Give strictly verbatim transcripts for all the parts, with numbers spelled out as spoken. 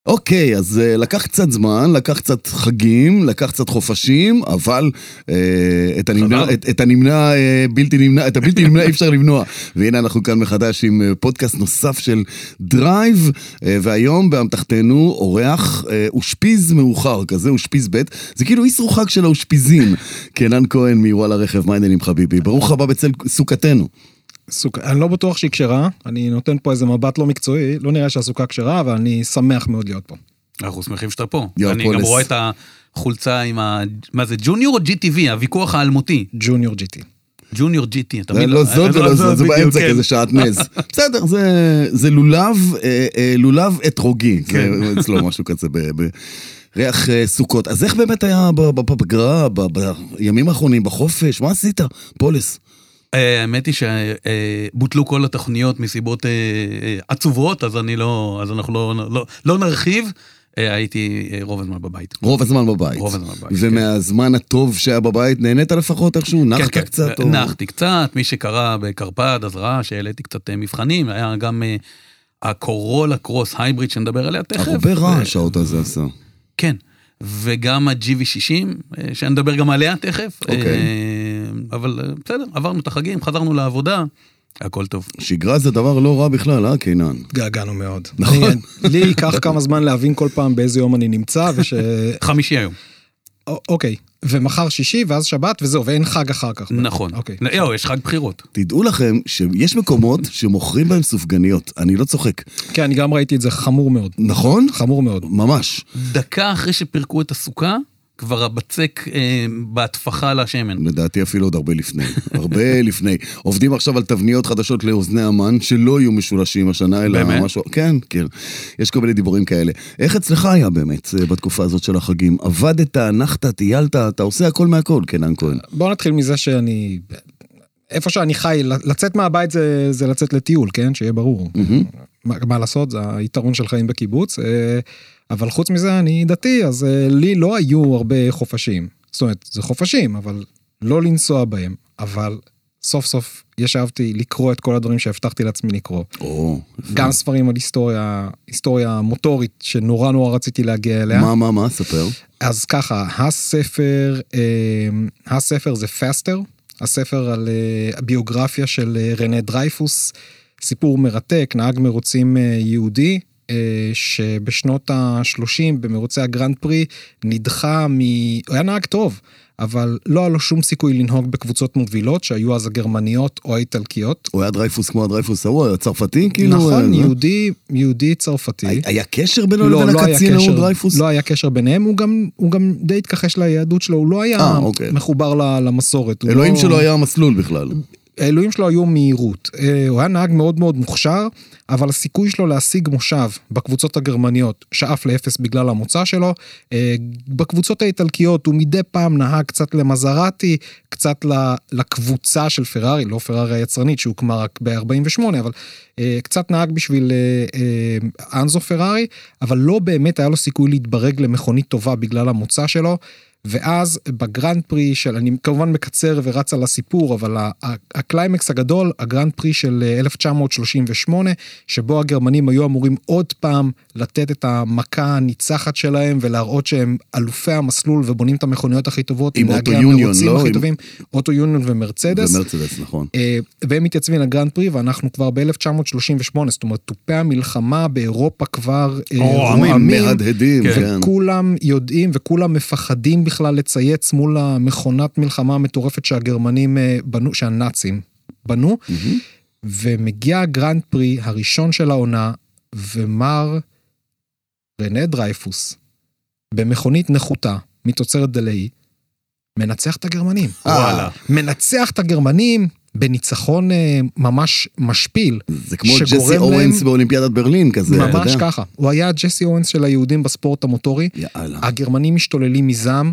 אוקיי, אז לקח קצת זמן, לקח קצת חגים, לקח קצת חופשים, אבל את הנמנע, את, את הנמנע, בלתי נמנע, את הבלתי נמנע אי אפשר למנוע. והנה אנחנו כאן מחדש עם פודקאסט נוסף של דרייב, והיום באמתחתנו אורח אושפיז מאוחר, כזה אושפיז ב', זה כאילו איסרו חג של האושפיזים. קנן כהן מוואלה רכב, מה העניינים חביבי? ברוך הבא בצל סוכתנו. סוק... אני לא בטוח שהיא קשרה, אני נותן פה איזה מבט לא מקצועי, לא נראה שהסוכה קשרה, אבל אני שמח מאוד להיות פה. אנחנו שמחים שאתה פה. אני גם רואה את החולצה עם ה... מה זה, ג'וניור או ג'י טי וי, הוויכוח האלמותי? ג'וניור ג'י טי. ג'וניור ג'י טי, אתה מבין? לא זאת ולא זאת, זה באמצע כזה שעת נז. בסדר, זה לולב, לולב אתרוגי, זה אצלו משהו כזה ב... ריח סוכות. אז איך באמת היה בפגרה, בימים האחרונים, בחופש? מה עשית? פולס. האמת היא שבוטלו כל התוכניות מסיבות עצובות, אז אני לא, אז אנחנו לא, לא נרחיב. הייתי רוב הזמן בבית. רוב הזמן בבית. רוב הזמן בבית. ומהזמן הטוב שהיה בבית, נהנית לפחות איכשהו? נחת קצת? נחתי קצת, מי שקרא בקרפד, אז ראה שהעליתי קצת מבחנים, היה גם הקורולה קרוס הייבריד שנדבר עליה תכף. הרבה רעש האוטו הזה עשה. כן. וגם ה-ג'י וי שישים, שנדבר גם עליה תכף. אוקיי. אבל בסדר, עברנו את החגים, חזרנו לעבודה, הכל טוב. שגרה זה דבר לא רע בכלל, אה, קינן? געגענו מאוד. נכון. לי ייקח כמה זמן להבין כל פעם באיזה יום אני נמצא, וש... חמישי היום. אוקיי, ומחר שישי, ואז שבת, וזהו, ואין חג אחר כך. נכון. אוקיי. לא, יש חג בחירות. תדעו לכם שיש מקומות שמוכרים בהם סופגניות, אני לא צוחק. כן, אני גם ראיתי את זה חמור מאוד. נכון? חמור מאוד. ממש. דקה אחרי שפרקו את הסוכה, כבר הבצק אה, בהתפחה לשמן. לדעתי אפילו עוד הרבה לפני. הרבה לפני. עובדים עכשיו על תבניות חדשות לאוזני המן, שלא יהיו משולשים השנה, אלא באמת? משהו... כן, כן. יש כל מיני דיבורים כאלה. איך אצלך היה באמת בתקופה הזאת של החגים? עבדת, נחת, טיילת, אתה עושה הכל מהכל, קנן כהן. בוא נתחיל מזה שאני... איפה שאני חי, לצאת מהבית זה, זה לצאת לטיול, כן? שיהיה ברור. Mm-hmm. מה, מה לעשות? זה היתרון של חיים בקיבוץ. אבל חוץ מזה אני דתי, אז לי לא היו הרבה חופשים. זאת אומרת, זה חופשים, אבל לא לנסוע בהם. אבל סוף סוף ישבתי לקרוא את כל הדברים שהבטחתי לעצמי לקרוא. או, גם ספרים על היסטוריה, היסטוריה מוטורית, שנורא נורא רציתי להגיע אליה. מה, מה, מה? ספר. אז ככה, הספר, הספר זה Faster, הספר על הביוגרפיה של רנה דרייפוס, סיפור מרתק, נהג מרוצים יהודי, שבשנות ה-שלושים במרוצי הגרנד פרי נדחה מ... הוא היה נהג טוב, אבל לא היה לו שום סיכוי לנהוג בקבוצות מובילות, שהיו אז הגרמניות או האיטלקיות. הוא היה דרייפוס כמו הדרייפוס ההוא, הצרפתי כאילו? נכון, יהודי, יהודי צרפתי. היה קשר בינו לבין הקצין ההוא דרייפוס? לא היה קשר ביניהם, הוא גם, הוא גם די התכחש ליהדות שלו, הוא לא היה מחובר למסורת. אלוהים שלו היה המסלול בכלל. האלוהים שלו היו מהירות. הוא היה נהג מאוד מאוד מוכשר, אבל הסיכוי שלו להשיג מושב בקבוצות הגרמניות שאף לאפס בגלל המוצא שלו. בקבוצות האיטלקיות הוא מדי פעם נהג קצת למזרטי, קצת לקבוצה של פרארי, לא פרארי היצרנית שהוקמה רק ב-ארבעים ושמונה, אבל קצת נהג בשביל אנזו פרארי, אבל לא באמת היה לו סיכוי להתברג למכונית טובה בגלל המוצא שלו. ואז בגרנד פרי של, אני כמובן מקצר ורץ על הסיפור, אבל הקליימקס הגדול, הגרנד פרי של אלף תשע מאות שלושים ושמונה, שבו הגרמנים היו אמורים עוד פעם לתת את המכה הניצחת שלהם, ולהראות שהם אלופי המסלול ובונים את המכוניות הכי טובות, עם אוטו יוניון, לא? הכי טובים, אוטו יוניון ומרצדס. ומרצדס, נכון. והם מתייצבים לגרנד פרי, ואנחנו כבר ב-אלף תשע מאות שלושים ושמונה, זאת אומרת, תופי המלחמה באירופה כבר רועמים, מהדהדים, וכולם יודעים, וכולם מפחדים בכלל לצייץ מול המכונת מלחמה המטורפת שהגרמנים בנו, שהנאצים בנו, mm-hmm. ומגיע הגרנד פרי הראשון של העונה, ומר רנה דרייפוס, במכונית נחותה, מתוצרת דלאי, מנצח את הגרמנים. וואלה. מנצח את הגרמנים, בניצחון ממש משפיל. זה כמו ג'סי אורנס באולימפיאדת ברלין כזה. ממש ככה. הוא היה ג'סי אורנס של היהודים בספורט המוטורי. יאללה. הגרמנים משתוללים מזעם.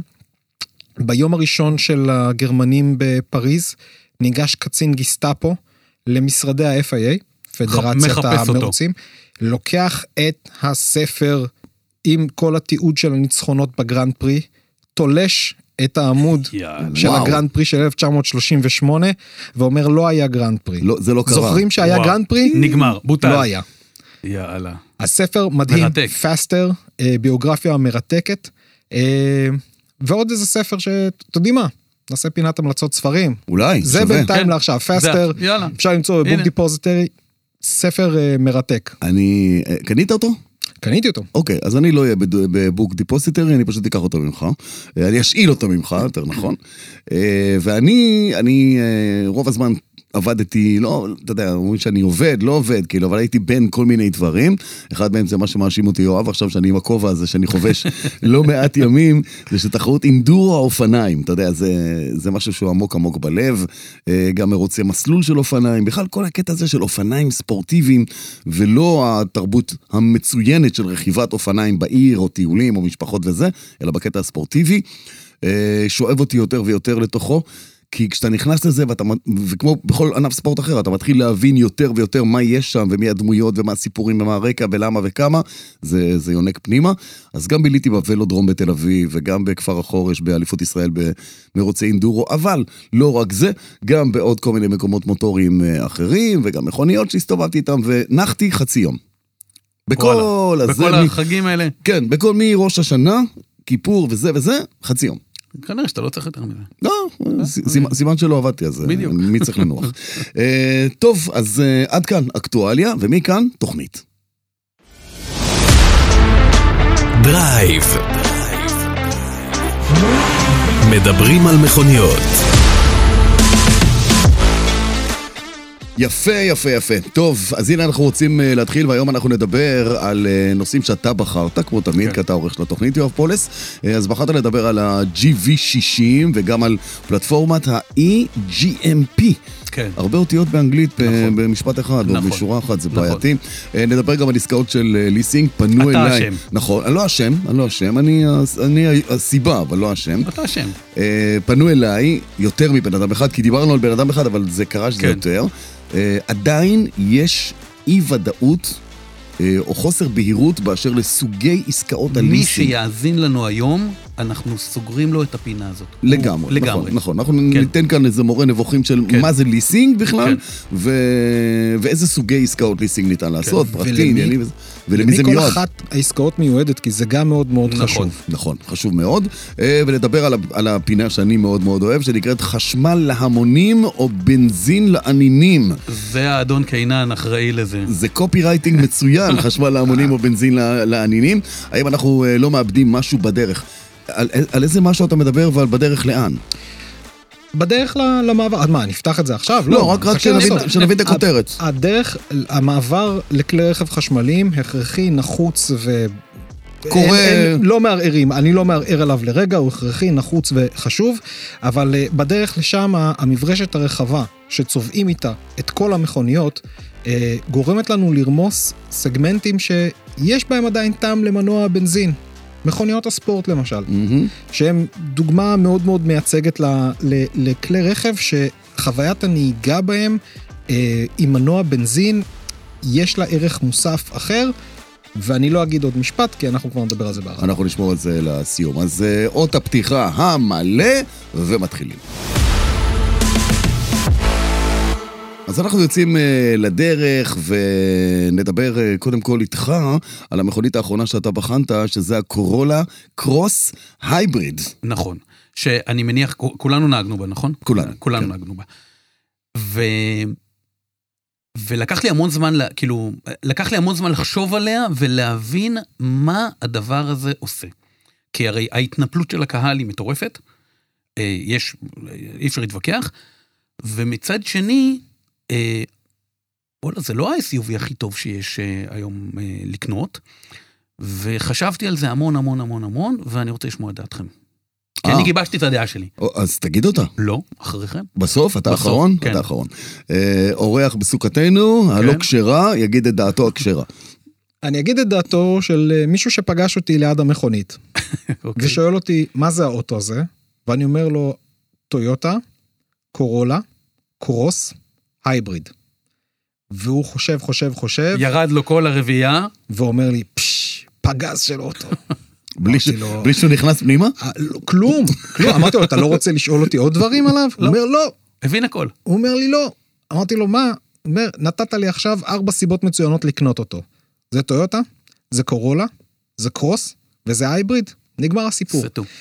ביום הראשון של הגרמנים בפריז, ניגש קצין גיסטאפו למשרדי ה-אף איי איי, פדרציית המרוצים, לוקח את הספר עם כל התיעוד של הניצחונות בגרנד פרי, תולש את העמוד של הגרנד פרי של אלף תשע מאות שלושים ושמונה, ואומר לא היה גרנד פרי. זה לא קרה. זוכרים שהיה גרנד פרי? נגמר, בוטל. לא היה. יאללה. הספר מדהים, מרתק. Faster, ביוגרפיה מרתקת, ועוד איזה ספר שאתה יודעים מה, נעשה פינת המלצות ספרים. אולי, זה שווה. בינתיים לעכשיו, Faster, יאללה. אפשר למצוא בבוק דיפוזיטרי, ספר מרתק. אני, קנית אותו? קניתי אותו. אוקיי, אז אני לא אהיה בבוק דיפוזיטרי, אני פשוט אקח אותו ממך. אני אשאיל אותו ממך, יותר נכון. ואני, אני רוב הזמן עבדתי, לא, אתה יודע, אומרים שאני עובד, לא עובד, כאילו, אבל הייתי בין כל מיני דברים. אחד מהם זה מה שמאשים אותי יואב, עכשיו שאני עם הכובע הזה, שאני חובש לא מעט ימים, זה שתחרות אינדורו האופניים, אתה יודע, זה, זה משהו שהוא עמוק עמוק בלב, גם מרוצה מסלול של אופניים, בכלל כל הקטע הזה של אופניים ספורטיביים, ולא התרבות המצוינת של רכיבת אופניים בעיר, או טיולים, או משפחות וזה, אלא בקטע הספורטיבי, שואב אותי יותר ויותר לתוכו, כי כשאתה נכנס לזה, ואתה, וכמו בכל ענף ספורט אחר, אתה מתחיל להבין יותר ויותר מה יש שם, ומי הדמויות, ומה הסיפורים, ומה הרקע, ולמה וכמה, זה, זה יונק פנימה. אז גם ביליתי בוולודרום בתל אביב, וגם בכפר החורש, באליפות ישראל, במרוצי אינדורו, אבל לא רק זה, גם בעוד כל מיני מקומות מוטוריים אחרים, וגם מכוניות שהסתובבתי איתם, ונחתי חצי יום. בכל הזה, בכל החגים האלה? כן, בכל מראש השנה, כיפור וזה וזה, חצי יום. כנראה שאתה לא צריך יותר מזה. לא, סימן שלא עבדתי, אז מי צריך לנוח. טוב, אז עד כאן אקטואליה, ומכאן תוכנית. דרייב. מדברים על מכוניות. יפה, יפה, יפה. טוב, אז הנה אנחנו רוצים להתחיל, והיום אנחנו נדבר על נושאים שאתה בחרת, כמו תמיד, כי אתה עורך של התוכנית, יואב פולס. אז בחרת לדבר על ה-ג'י וי שישים, וגם על פלטפורמת ה-אי ג'י אם פי. כן. הרבה אותיות באנגלית במשפט אחד, או בשורה אחת, זה בעייתי. נדבר גם על עסקאות של ליסינג, פנו אליי. אתה אשם. נכון, אני לא אשם, אני לא אשם, אני הסיבה, אבל לא אשם. אתה אשם. פנו אליי יותר מבן אדם אחד, כי דיברנו על בן אדם אחד, אבל זה קרה שזה יותר. עדיין יש אי ודאות או חוסר בהירות באשר לסוגי עסקאות הליסינג. מי שיאזין לנו היום, אנחנו סוגרים לו את הפינה הזאת. לגמרי, לגמרי. נכון, נכון. אנחנו ניתן כאן איזה מורה נבוכים של מה זה ליסינג בכלל, ואיזה סוגי עסקאות ליסינג ניתן לעשות, פרטי, ענייני וזה. ולמי זה מיועד? כל אחת העסקאות מיועדת, כי זה גם מאוד מאוד חשוב. נכון, חשוב מאוד. ולדבר על הפינה שאני מאוד מאוד אוהב, שנקראת חשמל להמונים או בנזין לענינים. זה האדון קינן אחראי לזה. זה קופי רייטינג מצוין, חשמל להמונים או בנזין לענינים. האם אנחנו לא מאבדים משהו בדרך? על, על איזה משהו אתה מדבר ועל בדרך לאן? בדרך למעבר, מה, נפתח את זה עכשיו? לא, רק, רק שנבין, שנבין את הכותרת. הדרך, המעבר לכלי רכב חשמליים, הכרחי, נחוץ ו... קורה... אין, אין, לא מערערים, אני לא מערער עליו לרגע, הוא הכרחי, נחוץ וחשוב, אבל בדרך לשם, המברשת הרחבה שצובעים איתה את כל המכוניות, גורמת לנו לרמוס סגמנטים שיש בהם עדיין טעם למנוע בנזין. מכוניות הספורט למשל, mm-hmm. שהם דוגמה מאוד מאוד מייצגת ל, ל, לכלי רכב שחוויית הנהיגה בהם אה, עם מנוע בנזין יש לה ערך מוסף אחר, ואני לא אגיד עוד משפט כי אנחנו כבר נדבר על זה בערך. אנחנו נשמור על זה לסיום, אז אה, אות הפתיחה המלא ומתחילים. אז אנחנו יוצאים לדרך ונדבר קודם כל איתך על המכונית האחרונה שאתה בחנת, שזה הקורולה קרוס הייבריד. נכון, שאני מניח, כולנו נהגנו בה, נכון? כולנו. כולנו כן. נהגנו בה. ו... ולקח לי המון זמן, כאילו, לקח לי המון זמן לחשוב עליה ולהבין מה הדבר הזה עושה. כי הרי ההתנפלות של הקהל היא מטורפת, יש, אי אפשר להתווכח, ומצד שני, אה, וואלה, זה לא ה-אס יו וי הכי טוב שיש אה, היום אה, לקנות, וחשבתי על זה המון המון המון המון, ואני רוצה לשמוע את דעתכם. כי אני גיבשתי את הדעה שלי. אז תגיד אותה. לא, אחריכם. בסוף, אתה אחרון? כן. אתה אחרון. אה, אורח בסוכתנו, כן. הלא כשרה, יגיד את דעתו הכשרה. אני אגיד את דעתו של מישהו שפגש אותי ליד המכונית, אוקיי. ושואל אותי, מה זה האוטו הזה? ואני אומר לו, טויוטה, קורולה, קרוס, הייבריד. והוא חושב, חושב, חושב. ירד לו כל הרביעייה. ואומר לי, פש, פגז של אוטו. בלי שהוא נכנס פנימה? כלום, כלום. אמרתי לו, אתה לא רוצה לשאול אותי עוד דברים עליו? הוא אומר, לא. הבין הכל. הוא אומר לי, לא. אמרתי לו, מה? הוא אומר, נתת לי עכשיו ארבע סיבות מצוינות לקנות אותו. זה טויוטה, זה קורולה, זה קרוס, וזה הייבריד, נגמר הסיפור. זה טוב.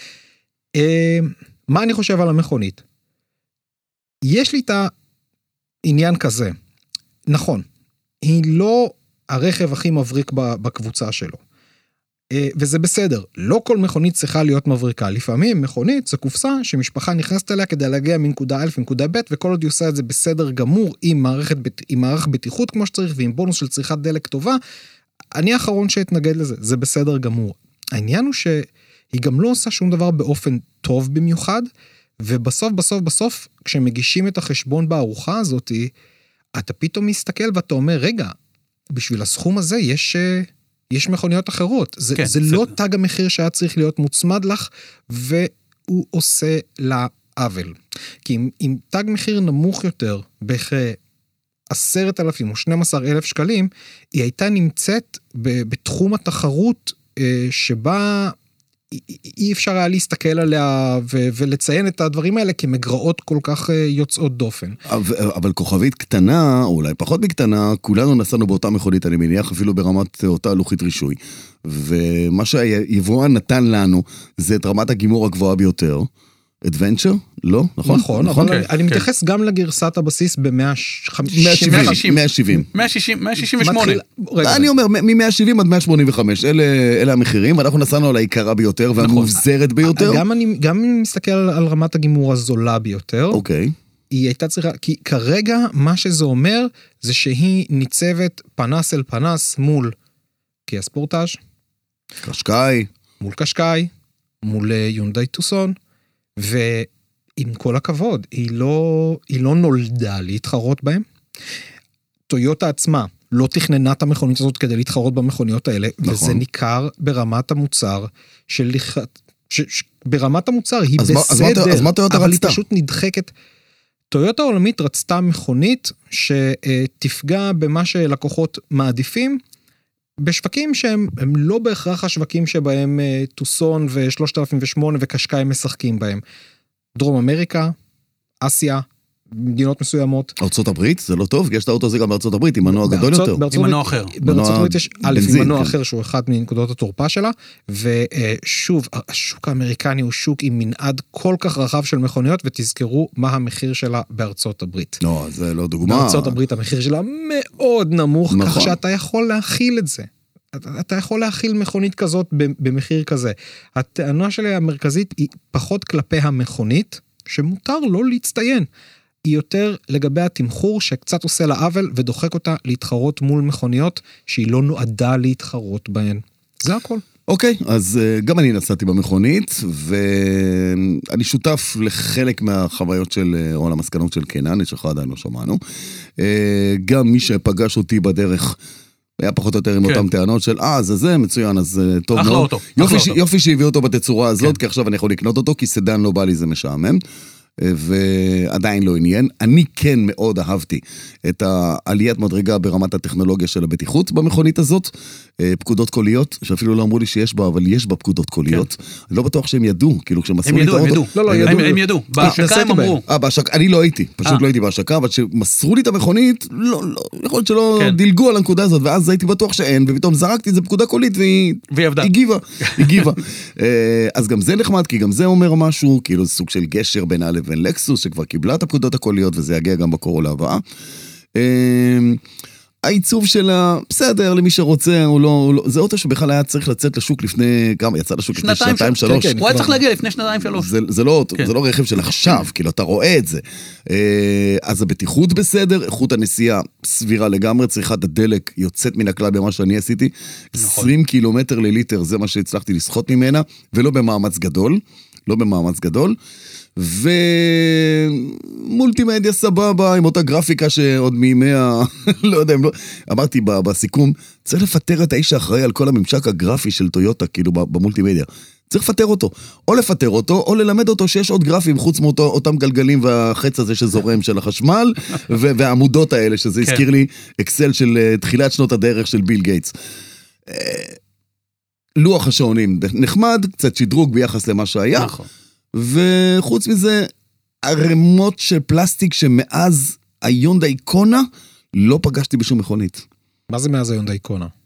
מה אני חושב על המכונית? יש לי את העניין כזה, נכון, היא לא הרכב הכי מבריק בקבוצה שלו, וזה בסדר, לא כל מכונית צריכה להיות מבריקה, לפעמים מכונית זה קופסה שמשפחה נכנסת אליה כדי להגיע מנקודה א' לנקודה ב', וכל עוד היא עושה את זה בסדר גמור, עם מערכת, עם מערך בטיחות כמו שצריך, ועם בונוס של צריכת דלק טובה, אני האחרון שהתנגד לזה, זה בסדר גמור. העניין הוא שהיא גם לא עושה שום דבר באופן טוב במיוחד, ובסוף בסוף בסוף, כשמגישים את החשבון בארוחה הזאת, אתה פתאום מסתכל ואתה אומר, רגע, בשביל הסכום הזה יש, יש מכוניות אחרות. זה, כן, זה לא תג המחיר שהיה צריך להיות מוצמד לך, והוא עושה לה עוול. כי אם, אם תג מחיר נמוך יותר, בכ- עשרת אלפים או שנים עשר אלף שקלים, היא הייתה נמצאת בתחום התחרות שבה אי אפשר היה להסתכל עליה ולציין את הדברים האלה כמגרעות כל כך יוצאות דופן. אבל כוכבית קטנה, או אולי פחות מקטנה, כולנו נסענו באותה מכונית, אני מניח, אפילו ברמת אותה לוחית רישוי. ומה שהיבואן נתן לנו, זה את רמת הגימור הגבוהה ביותר. Adventure? לא? נכון? נכון, אבל אני מתייחס גם לגרסת הבסיס ב-מאה שבעים. מאה שבעים. מאה שישים ושמונה. אני אומר, מ-מאה שבעים עד מאה שמונים וחמש, אלה המחירים, ואנחנו נסענו על העיקרה ביותר, והמובזרת ביותר. גם אני מסתכל על רמת הגימור הזולה ביותר. אוקיי. היא הייתה צריכה, כי כרגע מה שזה אומר, זה שהיא ניצבת פנס אל פנס מול קיה ספורטאז', קשקאי. מול קשקאי, מול יונדאי טוסון, ועם כל הכבוד, היא לא, היא לא נולדה להתחרות בהם. טויוטה עצמה לא תכננה את המכונית הזאת כדי להתחרות במכוניות האלה, נכון. וזה ניכר ברמת המוצר של לחת, ש, ש, ברמת המוצר היא אז בסדר, מה, אז מה טויוטה אבל רצתה? היא פשוט נדחקת. טויוטה העולמית רצתה מכונית שתפגע במה שלקוחות מעדיפים, בשווקים שהם הם לא בהכרח השווקים שבהם טוסון ו-שלושת אלפים ושמונה וקשקאי משחקים בהם. דרום אמריקה, אסיה, מדינות מסוימות. ארצות הברית, זה לא טוב, יש את האוטו הזה גם בארצות הברית, עם מנוע גדול יותר. עם מנוע אחר. בארצות הברית יש א' עם מנוע אחר שהוא אחד מנקודות התורפה שלה, ושוב, השוק האמריקני הוא שוק עם מנעד כל כך רחב של מכוניות, ותזכרו מה המחיר שלה בארצות הברית. לא, זה לא דוגמה. בארצות הברית המחיר שלה מאוד נמוך, כך שאתה יכול להכיל את זה. אתה יכול להכיל מכונית כזאת במחיר כזה. הטענה שלי המרכזית היא פחות כלפי המכונית, שמותר לא להצטיין. היא יותר לגבי התמחור שקצת עושה לה עוול, ודוחק אותה להתחרות מול מכוניות, שהיא לא נועדה להתחרות בהן. זה הכל. אוקיי, אז גם אני נסעתי במכונית, ואני שותף לחלק מהחוויות של, או למסקנות של קנן, שלך עדיין לא שמענו. גם מי שפגש אותי בדרך, היה פחות או יותר עם אותם טענות של, אה, זה זה, מצוין, אז טוב מאוד. יופי שהביא אותו בתצורה הזאת, כי עכשיו אני יכול לקנות אותו, כי סדן לא בא לי, זה משעמם. ועדיין לא עניין. אני כן מאוד אהבתי את העליית מדרגה ברמת הטכנולוגיה של הבטיחות במכונית הזאת, פקודות קוליות, שאפילו לא אמרו לי שיש בה, אבל יש בה פקודות קוליות. אני לא בטוח שהם ידעו, כאילו כשמסרו לי את האוטו. הם ידעו, לא, לא, הם ידעו. בהשקה הם אמרו. אה, בהשקה, אני לא הייתי, פשוט לא הייתי בהשקה, אבל כשמסרו לי את המכונית, יכול להיות שלא דילגו על הנקודה הזאת, ואז הייתי בטוח שאין, ופתאום זרקתי את זה פקודה קולית, והיא הגיבה, הגיבה. אז גם זה נחמד, כי גם זה אומר משהו, כאילו זה סוג של גשר בין א' בין לקסוס, שכבר קיבלה את הפקודות הקוליות, וזה יגיע גם בקורולה הבאה. העיצוב שלה, בסדר, למי שרוצה, הוא לא, זה אוטו שבכלל היה צריך לצאת לשוק לפני, כמה, יצא לשוק לפני שנתיים, שלוש. הוא היה צריך להגיע לפני שנתיים, שלוש. זה לא אוטו, זה לא רכב של עכשיו, כאילו, אתה רואה את זה. אז הבטיחות בסדר, איכות הנסיעה סבירה לגמרי, צריכת הדלק יוצאת מן הכלל במה שאני עשיתי, עשרים קילומטר לליטר, זה מה שהצלחתי לסחוט ממנה, ולא במאמץ גדול, לא במאמץ גדול. ומולטימדיה סבבה, עם אותה גרפיקה שעוד מימי ה... לא יודע, לא... אמרתי בסיכום, צריך לפטר את האיש האחראי על כל הממשק הגרפי של טויוטה, כאילו במולטימדיה. צריך לפטר אותו. או לפטר אותו, או ללמד אותו שיש עוד גרפים, חוץ מאותם גלגלים והחץ הזה שזורם של החשמל, והעמודות האלה, שזה הזכיר לי אקסל של תחילת שנות הדרך של ביל גייטס. לוח השעונים נחמד, קצת שדרוג ביחס למה שהיה. נכון. וחוץ מזה, הרמות של פלסטיק שמאז היונדאי קונה, לא פגשתי בשום מכונית. מה זה מאז היונדאי קונה?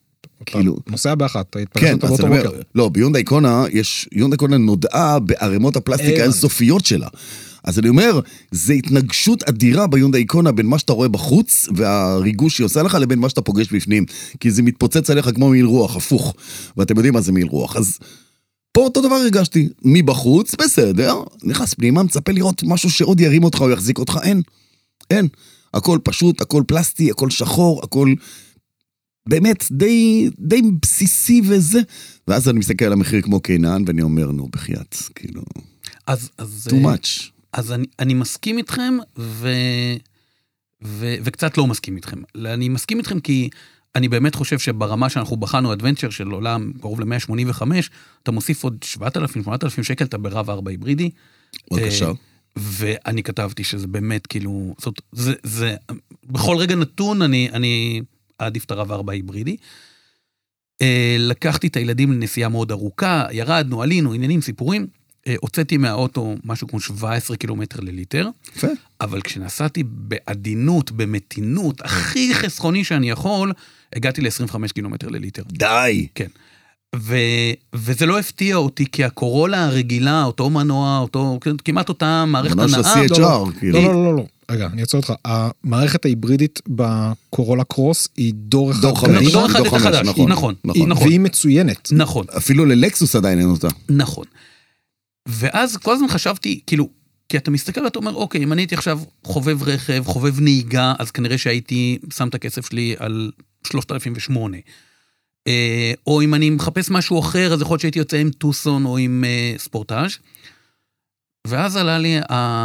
כאילו... נוסע באחת, כן, התפגשת אז באותו אני בוקר. אומר, לא, ביונדאי קונה, יש, יונדאי קונה נודעה בערימות הפלסטיק האינסופיות שלה. אז אני אומר, זה התנגשות אדירה ביונדאי קונה בין מה שאתה רואה בחוץ, והריגוש שהיא עושה לך, לבין מה שאתה פוגש בפנים. כי זה מתפוצץ עליך כמו מעיל רוח, הפוך. ואתם יודעים מה זה מעיל רוח. אז פה אותו דבר הרגשתי. מבחוץ, בסדר, נכנס פנימה, מצפה לראות משהו שעוד ירים אותך או יחזיק אותך. אין, אין. הכל פשוט, הכל פלסטי, הכל שחור, הכל באמת די, די בסיסי וזה. ואז אני מסתכל על המחיר כמו קיינן, ואני אומר, נו, בחייאת, כאילו... אז... אז too much. אז אני, אני מסכים איתכם, ו, ו, וקצת לא מסכים איתכם. אני מסכים איתכם כי אני באמת חושב שברמה שאנחנו בחנו אדוונצ'ר של עולם קרוב ל-מאה שמונים וחמש, אתה מוסיף עוד שבעת אלפים, שמונת אלפים שקל, אתה ברב ארבע היברידי. בבקשה. ואני כתבתי שזה באמת כאילו, זאת, זה, זה, בכל רגע נתון אני, אני אעדיף את הרב ארבע היברידי. לקחתי את הילדים לנסיעה מאוד ארוכה, ירדנו, עלינו, עניינים, סיפורים. הוצאתי מהאוטו משהו כמו שבע עשרה קילומטר לליטר, יפה. אבל כשנסעתי בעדינות, במתינות, הכי חסכוני שאני יכול, הגעתי ל-עשרים וחמישה קילומטר לליטר. די. כן. ו, וזה לא הפתיע אותי, כי הקורולה הרגילה, אותו מנוע, אותו, כמעט אותה מערכת הנעה. מנוע של סי אייץ' אר, כאילו. לא, לא, לא, לא. רגע, אני אעצור אותך. המערכת ההיברידית בקורולה קרוס היא דור אחד. דור חמש. דור אחד חדש, נכון. נכון. והיא מצוינת. נכון. אפילו ללקסוס עדיין אין אותה. נכון. ואז כל הזמן חשבתי, כאילו, כי אתה מסתכל ואתה אומר, אוקיי, אם אני הייתי עכשיו חובב רכב, חובב נהיגה, אז כנראה שהייתי שם את הכסף שלי על שלושת אלפים ושמונה. או אם אני מחפש משהו אחר, אז יכול להיות שהייתי יוצא עם טוסון או עם ספורטאז'. ואז עלה לי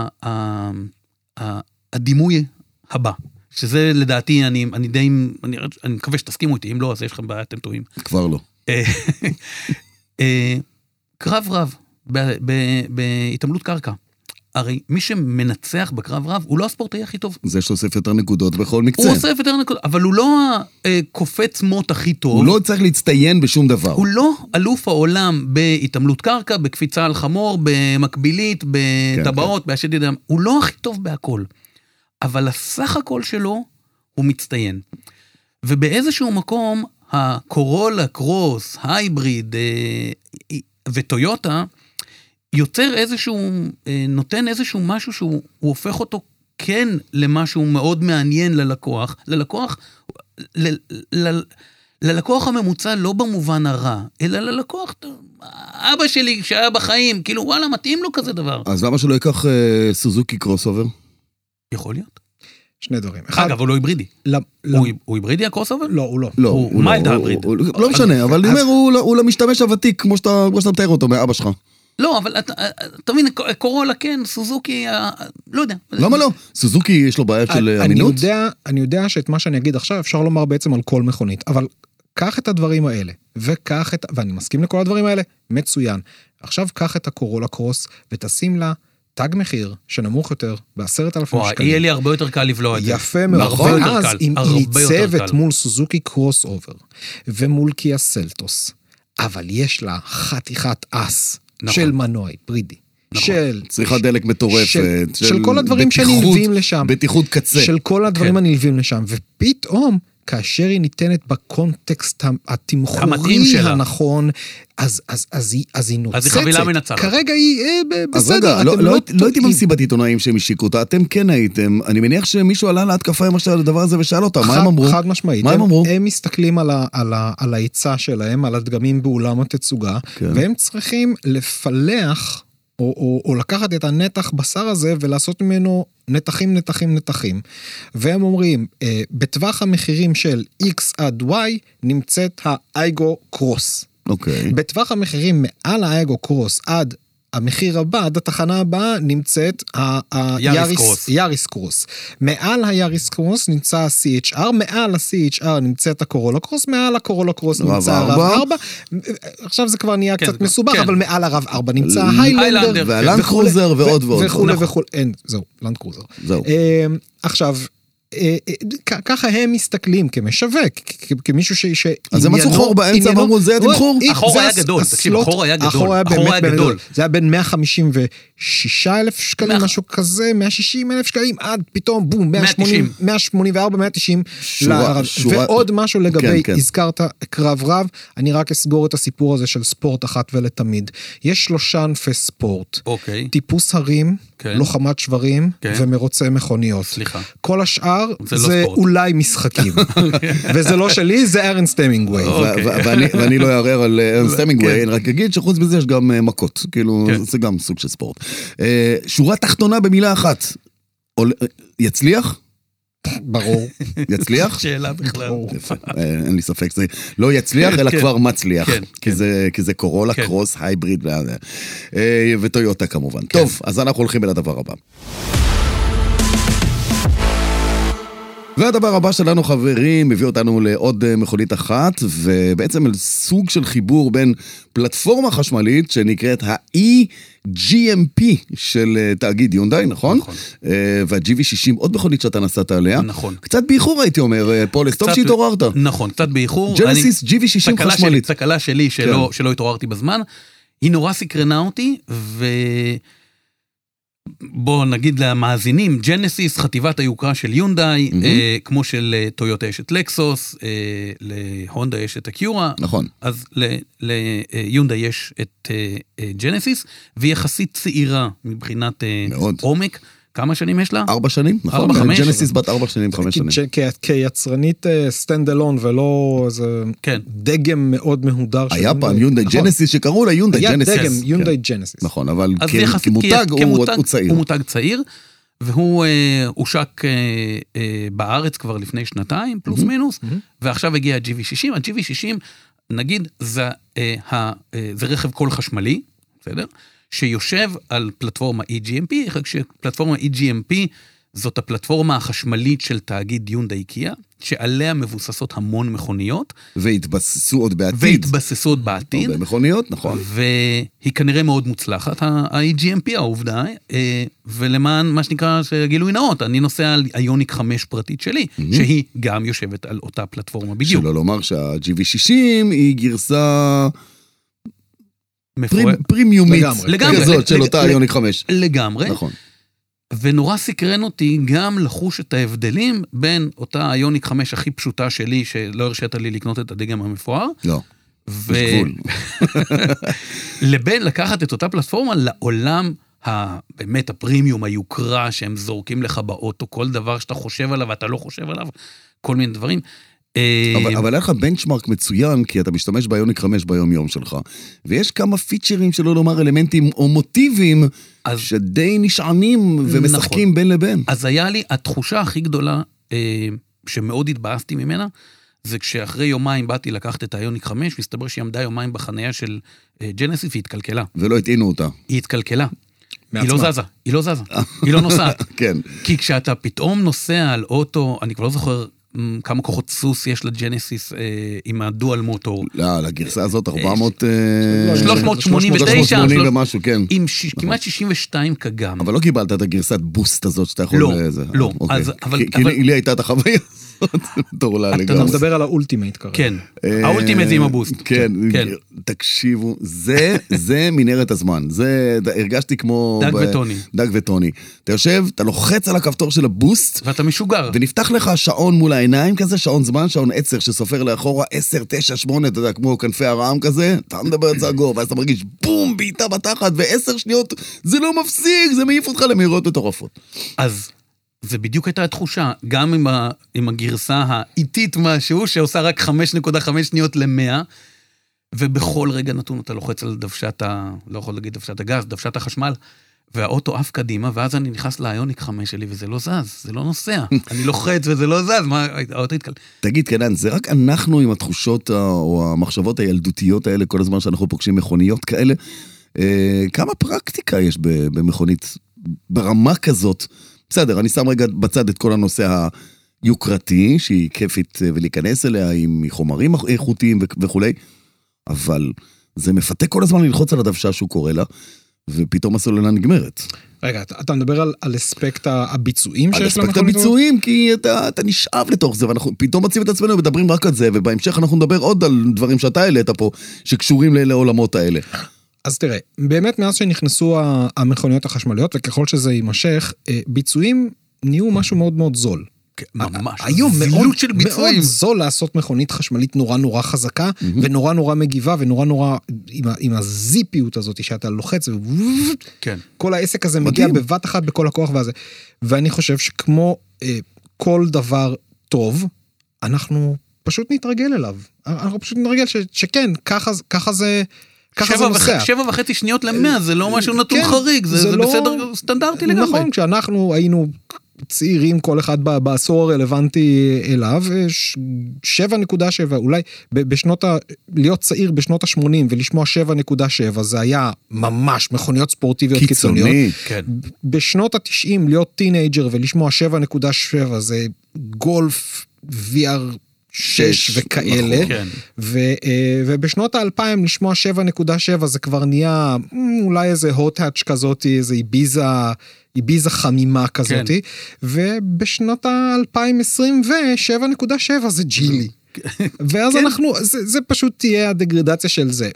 הדימוי הבא, שזה לדעתי, אני, אני די, אני, אני מקווה שתסכימו איתי, אם לא, אז יש לכם בעיה, אתם טועים. כבר לא. קרב רב, בהתעמלות קרקע. הרי מי שמנצח בקרב רב, הוא לא הספורטאי הכי טוב. זה שאוסף יותר נקודות בכל מקצה. הוא אוסף יותר נקודות, אבל הוא לא הקופץ מוט הכי טוב. הוא לא צריך להצטיין בשום דבר. הוא לא אלוף העולם בהתעמלות קרקע, בקפיצה על חמור, במקבילית, בטבעות, בהשד ידם. הוא לא הכי טוב בהכל. אבל הסך הכל שלו, הוא מצטיין. ובאיזשהו מקום, הקורולה, קרוס, הייבריד וטויוטה, יוצר איזשהו, נותן איזשהו משהו שהוא הופך אותו כן למשהו מאוד מעניין ללקוח. ללקוח, ל, ל, ללקוח הממוצע לא במובן הרע, אלא ללקוח, אבא שלי שהיה בחיים, כאילו וואלה, מתאים לו כזה דבר. אז למה שלא ייקח אה, סוזוקי קרוס אובר? יכול להיות. שני דברים. אגב, הוא לא היברידי. הוא היברידי הקרוס אובר? לא, הוא לא. לא, הוא מיילד הייבריד. לא משנה, אבל אני אומר, הוא למשתמש הוותיק, כמו שאתה מתאר אותו מאבא שלך. לא, אבל אתה מבין, קורולה כן, סוזוקי, לא יודע. למה לא? סוזוקי יש לו בעיה של אמינות? אני יודע שאת מה שאני אגיד עכשיו אפשר לומר בעצם על כל מכונית, אבל קח את הדברים האלה, וקח את, ואני מסכים לכל הדברים האלה, מצוין. עכשיו קח את הקורולה קרוס, ותשים לה תג מחיר שנמוך יותר בעשרת אלפים שקלים. יהיה לי הרבה יותר קל לבלוע את זה. יפה מאוד. ואז אם ניצבת מול סוזוקי קרוס אובר, ומול קיה סלטוס, אבל יש לה חתיכת אס, של מנוע היברידי, של צריכה דלק מטורפת, של כל הדברים שנלווים לשם, בטיחות קצה, של כל הדברים הנלווים לשם, ופתאום כאשר היא ניתנת בקונטקסט התמחורי הנכון, אז היא נוצצת. אז היא חבילה מנצחת. כרגע היא בסדר. אז רגע, לא הייתי במסיבת עיתונאים שהם השיקו אותה, אתם כן הייתם, אני מניח שמישהו עלה להתקפה עם הדבר הזה ושאל אותה, מה הם אמרו? חד משמעית, הם מסתכלים על ההיצע שלהם, על הדגמים באולם התצוגה, והם צריכים לפלח, או, או, או לקחת את הנתח בשר הזה ולעשות ממנו נתחים, נתחים, נתחים. והם אומרים, אה, בטווח המחירים של X עד Y נמצאת האייגו קרוס. אוקיי. בטווח המחירים מעל האייגו קרוס עד המחיר הבא, עד התחנה הבאה נמצאת היאריס קרוס. מעל היאריס קרוס נמצא ה-סי אייץ' אר, מעל ה-סי אייץ' אר נמצאת הקורולה קרוס, מעל הקורולה קרוס נמצא הרב ארבע. עכשיו זה כבר נהיה קצת מסובך, אבל מעל הרב ארבע נמצא ההיילנדר. והלנד קרוזר ועוד ועוד. וכו' וכו'. אין, זהו, לנד קרוזר. זהו. עכשיו, ככה הם מסתכלים כמשווק, כמישהו ש... אז הם מצאו חור באמצע ואמרו, זה התמחור? החור היה גדול, תקשיב, החור היה גדול. החור היה באמת גדול. זה היה בין מאה חמישים ושישה אלף שקלים, משהו כזה, מאה ושישים אלף שקלים, עד פתאום, בום, מאה שמונים וארבע, מאה תשעים. ועוד משהו לגבי, הזכרת קרב רב, אני רק אסגור את הסיפור הזה של ספורט אחת ולתמיד. יש שלושה ענפי ספורט. טיפוס הרים, לוחמת שברים, ומרוצי מכוניות. סליחה. כל השאר זה אולי משחקים. וזה לא שלי, זה ארן סטמינגווי. ואני לא אערער על ארן סטמינגווי, אני רק אגיד שחוץ בזה יש גם מכות. כאילו, זה גם סוג של ספורט. שורה תחתונה במילה אחת. יצליח? ברור. יצליח? שאלה בכלל. אין לי ספק, זה לא יצליח, אלא כבר מצליח. כי זה קורולה, קרוס, הייבריד, וטויוטה כמובן. טוב, אז אנחנו הולכים אל הדבר הבא. והדבר הבא שלנו, חברים, מביא אותנו לעוד מכונית אחת, ובעצם על סוג של חיבור בין פלטפורמה חשמלית שנקראת ה-E G M P של תאגיד יונדאי, נכון? נכון. וה-G V שישים, עוד מכונית שאתה נסעת עליה. נכון. קצת באיחור הייתי אומר, פולס, טוב שהתעוררת. נכון, קצת באיחור. ג'נסיס G V שישים חשמלית. תקלה שלי שלא התעוררתי בזמן, היא נורא סקרנה אותי, ו... בוא נגיד למאזינים, ג'נסיס, חטיבת היוקרה של יונדאי, mm-hmm. אה, כמו של טויוטה יש את לקסוס, אה, להונדה יש את הקיורה, נכון. אז ליונדאי יש את אה, אה, ג'נסיס, והיא יחסית צעירה מבחינת אה, עומק. כמה שנים יש לה? ארבע שנים, נכון. ארבע, חמש. ג'נסיס בת ארבע שנים, חמש שנים. כיצרנית סטנד אלון ולא איזה דגם מאוד מהודר. היה פעם יונדאי ג'נסיס שקראו לה יונדאי ג'נסיס. היה דגם יונדאי ג'נסיס. נכון, אבל כמותג הוא צעיר. הוא מותג צעיר, והוא הושק בארץ כבר לפני שנתיים, פלוס מינוס, ועכשיו הגיע ה-G V שישים. ה-G V שישים, נגיד, זה רכב כל חשמלי, בסדר? שיושב על פלטפורמה E G M P, כשפלטפורמה E G M P זאת הפלטפורמה החשמלית של תאגיד יונדאי קיה, שעליה מבוססות המון מכוניות. והתבססו עוד בעתיד. והתבססו עוד בעתיד. הרבה מכוניות, נכון. והיא כנראה מאוד מוצלחת, ה-E G M P, העובדה, ולמען מה שנקרא גילוי נאות, אני נוסע על איוניק חמש פרטית שלי, שהיא גם יושבת על אותה פלטפורמה בדיוק. שלא לומר שה-G V שישים היא גרסה... פרימיומית כזאת של אותה איוניק חמש. לגמרי. נכון. ונורא סקרן אותי גם לחוש את ההבדלים בין אותה איוניק חמש הכי פשוטה שלי, שלא הרשית לי לקנות את הדגם המפואר. לא. יש גבול. לבין לקחת את אותה פלטפורמה לעולם באמת הפרימיום, היוקרה שהם זורקים לך באוטו, כל דבר שאתה חושב עליו ואתה לא חושב עליו, כל מיני דברים. אבל, אבל היה לך בנצ'מרק מצוין, כי אתה משתמש באיוניק חמש ביום יום שלך, ויש כמה פיצ'רים שלא לומר אלמנטים או מוטיבים, אז, שדי נשענים ומשחקים נכון. בין לבין. אז היה לי, התחושה הכי גדולה, אה, שמאוד התבאסתי ממנה, זה כשאחרי יומיים באתי לקחת את האיוניק חמש, מסתבר שהיא עמדה יומיים בחניה של אה, ג'נסיס, והיא התקלקלה. ולא התעינו אותה. היא התקלקלה. היא לא זזה, היא לא זזה, היא לא נוסעת. כן. כי כשאתה פתאום נוסע על אוטו, אני כבר לא זוכר, כמה כוחות סוס יש לג'נסיס עם הדואל מוטור. לא, לגרסה הזאת ארבע מאות... שלוש מאות שמונים ותשע. שלוש מאות שמונים ומשהו, כן. עם כמעט שישים ושתיים קגם. אבל לא קיבלת את הגרסת בוסט הזאת שאתה יכול... לא, לא. כי לי הייתה את החוויה הזאת, בתור לה לגמרי. אתה מדבר על האולטימייט כרגע. כן, האולטימייט עם הבוסט. כן, תקשיבו, זה מנהרת הזמן. זה, הרגשתי כמו... דג וטוני. דג וטוני. אתה יושב, אתה לוחץ על הכפתור של הבוסט. ואתה משוגר. ונפתח לך שעון מול העיניים כזה, שעון זמן, שעון עצר שסופר לאחורה, עשר, תשע, שמונה, אתה יודע, כמו כנפי הרעם כזה, אתה מדבר את זה הגור, ואז אתה מרגיש בום, בעיטה בתחת, ועשר שניות, זה לא מפסיק, זה מעיף אותך למהירות מטורפות. אז זה בדיוק הייתה התחושה, גם עם, ה, עם הגרסה האיטית משהו, שעושה רק חמש נקודה חמש שניות למאה, ובכל רגע נתון אתה לוחץ על דוושת ה... לא יכול להגיד דוושת הגז, דוושת החשמל, והאוטו עף קדימה, ואז אני נכנס לאיוניק חמש שלי, וזה לא זז, זה לא נוסע. אני לוחץ וזה לא זז, מה, האוטו התקל. תגיד, קנן, זה רק אנחנו עם התחושות או המחשבות הילדותיות האלה, כל הזמן שאנחנו פוגשים מכוניות כאלה, אה, כמה פרקטיקה יש במכונית ברמה כזאת? בסדר, אני שם רגע בצד את כל הנושא היוקרתי, שהיא כיפית ולהיכנס אליה עם חומרים איכותיים וכו', אבל זה מפתה כל הזמן ללחוץ על הדוושה שהוא קורא לה, ופתאום הסוללה נגמרת. רגע, אתה, אתה מדבר על, על אספקט הביצועים שיש למכונית? על אספקט הביצועים, כי אתה, אתה נשאב לתוך זה, ואנחנו פתאום מציב את עצמנו ומדברים רק על זה, ובהמשך אנחנו נדבר עוד על דברים שאתה העלית פה, שקשורים לעולמות האלה. אז תראה, באמת מאז שנכנסו המכוניות החשמליות, וככל שזה יימשך, ביצועים נהיו משהו מאוד מאוד זול. ממש, היום מאוד, מאוד זול לעשות מכונית חשמלית נורא נורא חזקה, mm-hmm. ונורא נורא מגיבה, ונורא נורא עם, עם הזיפיות הזאת שאתה לוחץ, ו... כן. כל העסק הזה מגיע בבת אחת בכל הכוח והזה. ואני חושב שכמו אה, כל דבר טוב, אנחנו פשוט נתרגל אליו. אנחנו פשוט נתרגל ש, שכן, ככה, ככה זה... שבע, וח... שבע וחצי שניות למאה, זה לא משהו נתון כן, חריג, זה, זה, זה לא... בסדר סטנדרטי לגמרי. נכון, כשאנחנו היינו צעירים, כל אחד בעשור הרלוונטי אליו, שבע נקודה שבע, אולי בשנות ה... להיות צעיר בשנות ה-שמונים ולשמוע שבע נקודה שבע, זה היה ממש מכוניות ספורטיביות קיצוניות. כן. בשנות ה-תשעים להיות טינאג'ר ולשמוע שבע נקודה שבע, זה גולף וי אר שש וכאלה, ובשנות האלפיים לשמוע שבע נקודה שבע זה כבר נהיה אולי איזה הוט-האץ' כזאת, איזה איביזה, איביזה חמימה כזאת, ובשנות ה-אלפיים עשרים ו-שבע נקודה שבע זה ג'ילי. ואז אנחנו, זה פשוט תהיה הדגרדציה של זה.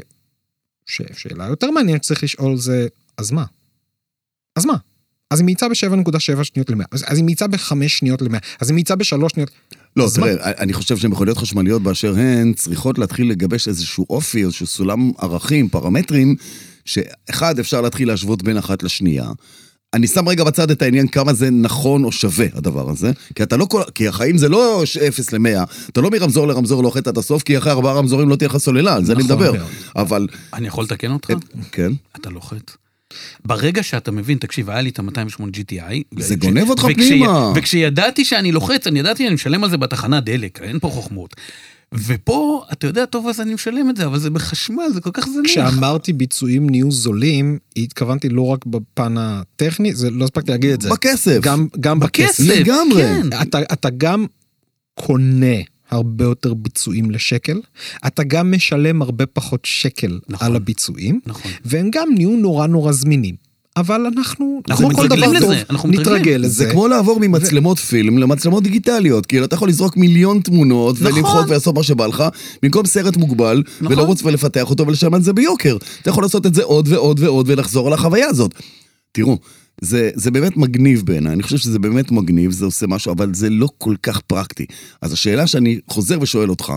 שאלה יותר מעניינת שצריך לשאול זה, אז מה? אז מה? אז היא מייצה ב-שבע נקודה שבע שניות למאה, אז היא מייצה ב-חמש שניות למאה, אז היא מייצה ב-שלוש שניות. לא, תראה, אני חושב שמכוניות חשמליות באשר הן צריכות להתחיל לגבש איזשהו אופי, איזשהו סולם ערכים, פרמטרים, שאחד אפשר להתחיל להשוות בין אחת לשנייה. אני שם רגע בצד את העניין כמה זה נכון או שווה הדבר הזה, כי אתה לא כל, כי החיים זה לא אפס למאה, אתה לא מרמזור לרמזור לוחץ עד הסוף, כי אחרי ארבעה רמזורים לא תהיה לך סוללה, על זה אני מדבר. אבל... אני יכול לתקן אותך? כן. אתה לוחץ. ברגע שאתה מבין, תקשיב, היה לי את ה-מאתיים ושמונה ג'י טי איי. זה גונב אותך פנימה. וכשידעתי שאני לוחץ, אני ידעתי, אני משלם על זה בתחנה דלק, אין פה חוכמות. ופה, אתה יודע, טוב, אז אני משלם את זה, אבל זה בחשמל, זה כל כך זניח. כשאמרתי ביצועים נהיו זולים, התכוונתי לא רק בפן הטכני, זה לא הספקתי להגיד את זה. בכסף. גם, גם בכסף. בכסף, לגמרי. כן. אתה, אתה גם קונה הרבה יותר ביצועים לשקל, אתה גם משלם הרבה פחות שקל נכון, על הביצועים, נכון. והם גם נהיו נורא נורא זמינים. אבל אנחנו, אנחנו כמו כל דבר טוב, אנחנו נתרגל לזה. זה כמו לעבור ממצלמות ו... פילם למצלמות דיגיטליות, כאילו אתה יכול לזרוק מיליון תמונות, נכון. ולמחוק ולעשות מה שבא לך, במקום סרט מוגבל, נכון. ולרוץ ולפתח אותו ולשלם את זה ביוקר. אתה יכול לעשות את זה עוד ועוד ועוד ולחזור על החוויה הזאת. תראו, זה, זה באמת מגניב בעיניי, אני חושב שזה באמת מגניב, זה עושה משהו, אבל זה לא כל כך פרקטי. אז השאלה שאני חוזר ושואל אותך,